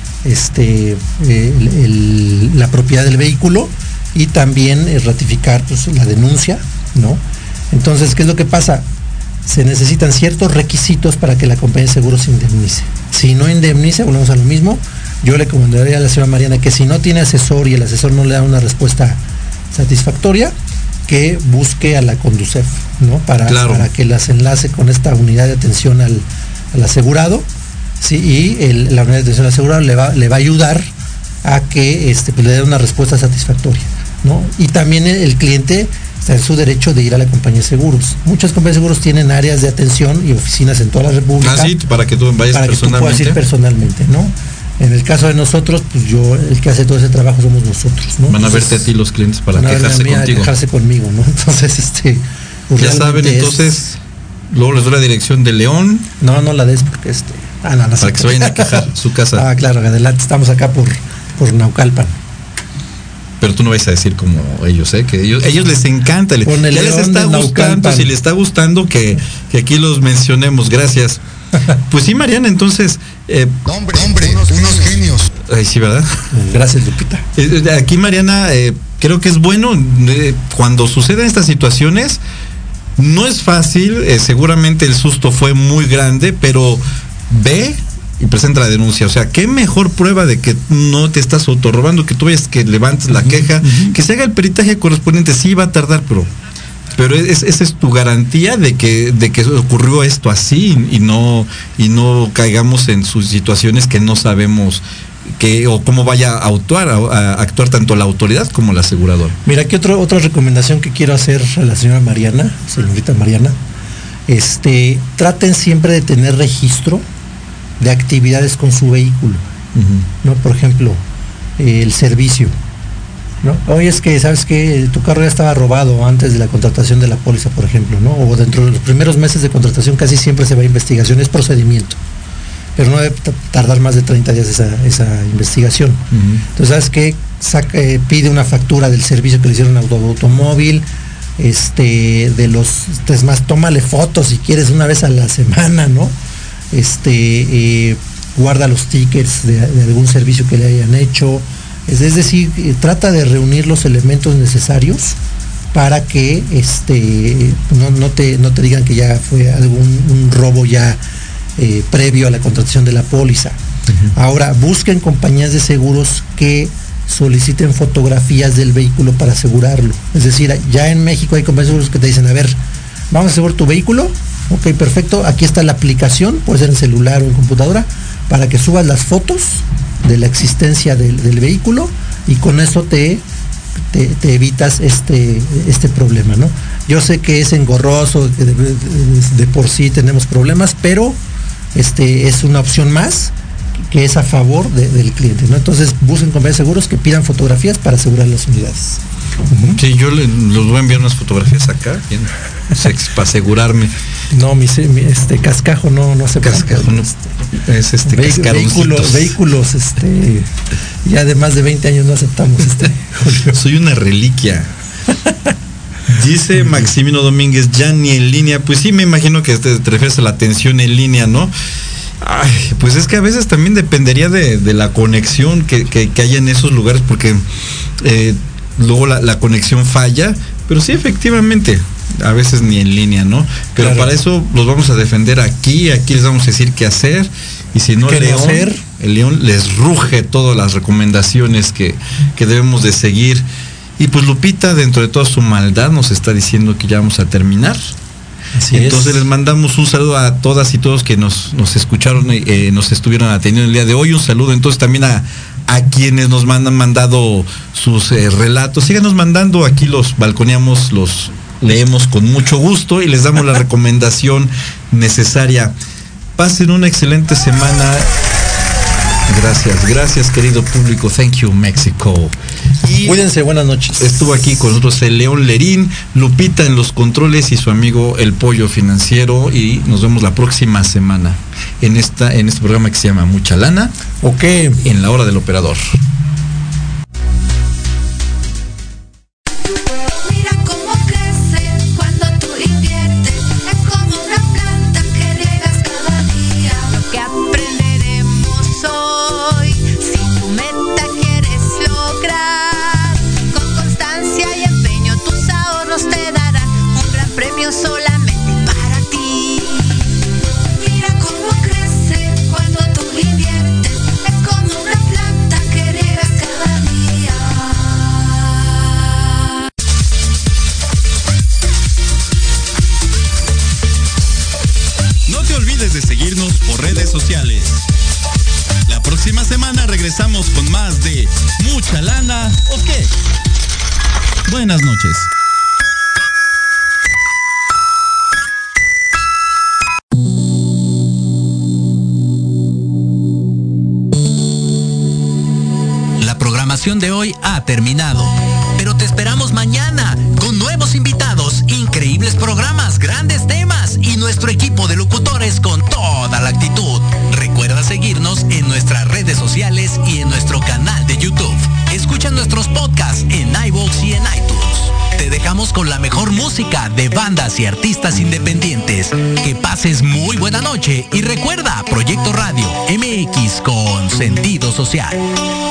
este el- el- la propiedad del vehículo y también eh, ratificar pues, la denuncia, ¿no? Entonces, ¿qué es lo que pasa? Se necesitan ciertos requisitos para que la compañía de seguros se indemnice. Si no indemnice, volvemos a lo mismo, yo le recomendaría a la señora Mariana que si no tiene asesor y el asesor no le da una respuesta satisfactoria, que busque a la Conducef, ¿no? Para, Claro. para que las enlace con esta unidad de atención al, al asegurado, ¿sí? Y el- la unidad de atención al asegurado le va, le va a ayudar a que este, pues, le dé una respuesta satisfactoria, ¿no? Y también el, el cliente está en su derecho de ir a la compañía de seguros. Muchas compañías de seguros tienen áreas de atención y oficinas en toda la República. Ah, sí, para que tú vayas para personalmente. Que tú puedas ir personalmente, ¿no? En el caso de nosotros, pues yo, el que hace todo ese trabajo somos nosotros, ¿no? Van a entonces, verte a ti los clientes para van a quejarse verme a mí contigo. A quejarse conmigo, ¿no? Entonces, este... Pues ya saben, es... entonces, luego les doy la dirección de León. No, no la des porque este... Ah, no, no, para que se vayan a quejar su casa. Ah, claro, adelante, estamos acá por, por Naucalpan. Pero tú no vais a decir como ellos, ¿eh? Que ellos, ellos les encanta. Ya les está gustando, si les está gustando que, que aquí los mencionemos. Gracias. Pues sí, Mariana, entonces... Eh, hombre, hombre, unos, unos genios. Ay, sí, ¿verdad? Gracias, Lupita. Eh, aquí, Mariana, eh, creo que es bueno eh, cuando suceden estas situaciones. No es fácil, eh, seguramente el susto fue muy grande, pero ve y presenta la denuncia. O sea, qué mejor prueba de que no te estás autorrobando, que tú vayas, que levantes la queja, uh-huh. que se haga el peritaje correspondiente. Sí va a tardar, pero pero es, esa es tu garantía de que de que ocurrió esto así y no y no caigamos en sus situaciones que no sabemos que o cómo vaya a actuar a, a actuar tanto la autoridad como la aseguradora. Mira, aquí otro, otra recomendación que quiero hacer a la señora Mariana, señorita Mariana, este, traten siempre de tener registro de actividades con su vehículo, uh-huh. ¿no? Por ejemplo, eh, el servicio, ¿no? Oye, es que, ¿sabes qué? Tu carro ya estaba robado antes de la contratación de la póliza, por ejemplo, ¿no? O dentro de los primeros meses de contratación casi siempre se va a investigación, es procedimiento. Pero no debe tardar más de treinta días esa, esa investigación. Uh-huh. Entonces, ¿sabes qué? Saca, eh, pide una factura del servicio que le hicieron al automóvil, este, de los, es más, tómale fotos si quieres una vez a la semana, ¿no? Este, eh, guarda los tickets de, de algún servicio que le hayan hecho. Es, es decir, eh, trata de reunir los elementos necesarios para que este, no, no, te, no te digan que ya fue algún un robo ya Eh, previo a la contratación de la póliza. Uh-huh. Ahora, busquen compañías de seguros que soliciten fotografías del vehículo para asegurarlo. Es decir, ya en México hay compañías de seguros que te dicen, a ver, vamos a asegurar tu vehículo, ok, perfecto, aquí está la aplicación, puede ser en celular o en computadora, para que subas las fotos de la existencia del, del vehículo y con eso te, te, te evitas este, este problema, ¿no? Yo sé que es engorroso, que de, de, de por sí tenemos problemas, pero este es una opción más que es a favor de, del cliente, ¿no? Entonces busquen compañías de seguros que pidan fotografías para asegurar las unidades. Uh-huh. Sí, yo le, los voy a enviar unas fotografías acá, bien, para asegurarme. No, mi, mi este cascajo no, no se cascajo, no, es este Ve, vehículos, vehículos, este, ya de más de veinte años no aceptamos este. Soy una reliquia. Dice Maximino Domínguez, ya ni en línea. Pues sí, me imagino que te, te refieres a la atención en línea, ¿no? Ay, pues es que a veces también dependería de, de la conexión que, que, que haya en esos lugares, porque eh, luego la, la conexión falla, pero sí, efectivamente, a veces ni en línea, ¿no? Pero claro, para eso los vamos a defender aquí, aquí les vamos a decir qué hacer, y si no, León, hacer? el León les ruge todas las recomendaciones que, que debemos de seguir. Y pues Lupita, dentro de toda su maldad, nos está diciendo que ya vamos a terminar. Así Entonces es. Les mandamos un saludo a todas y todos que nos, nos escucharon, eh, nos estuvieron atendiendo el día de hoy. Un saludo entonces también a, a quienes nos han mandado sus eh, relatos. Síganos mandando, aquí los balconeamos, los leemos con mucho gusto y les damos la recomendación necesaria. Pasen una excelente semana. Gracias, gracias querido público. Thank you, México. Y cuídense, buenas noches. Estuvo aquí con nosotros el León Lerín, Lupita en los controles y su amigo el Pollo Financiero. Y nos vemos la próxima semana en esta en este programa que se llama Mucha Lana. Ok. En la hora del operador. Regresamos con más de Mucha Lana, ¿o qué? Buenas noches. emisión de hoy ha terminado. Pero te esperamos mañana con nuevos invitados, increíbles programas, grandes temas y nuestro equipo de locutores con toda la actitud. Recuerda seguirnos en nuestras redes sociales y en nuestro canal de YouTube. Escucha nuestros podcasts en iVoox y en iTunes. Te dejamos con la mejor música de bandas y artistas independientes. Que pases muy buena noche y recuerda, Proyecto Radio M X con sentido social.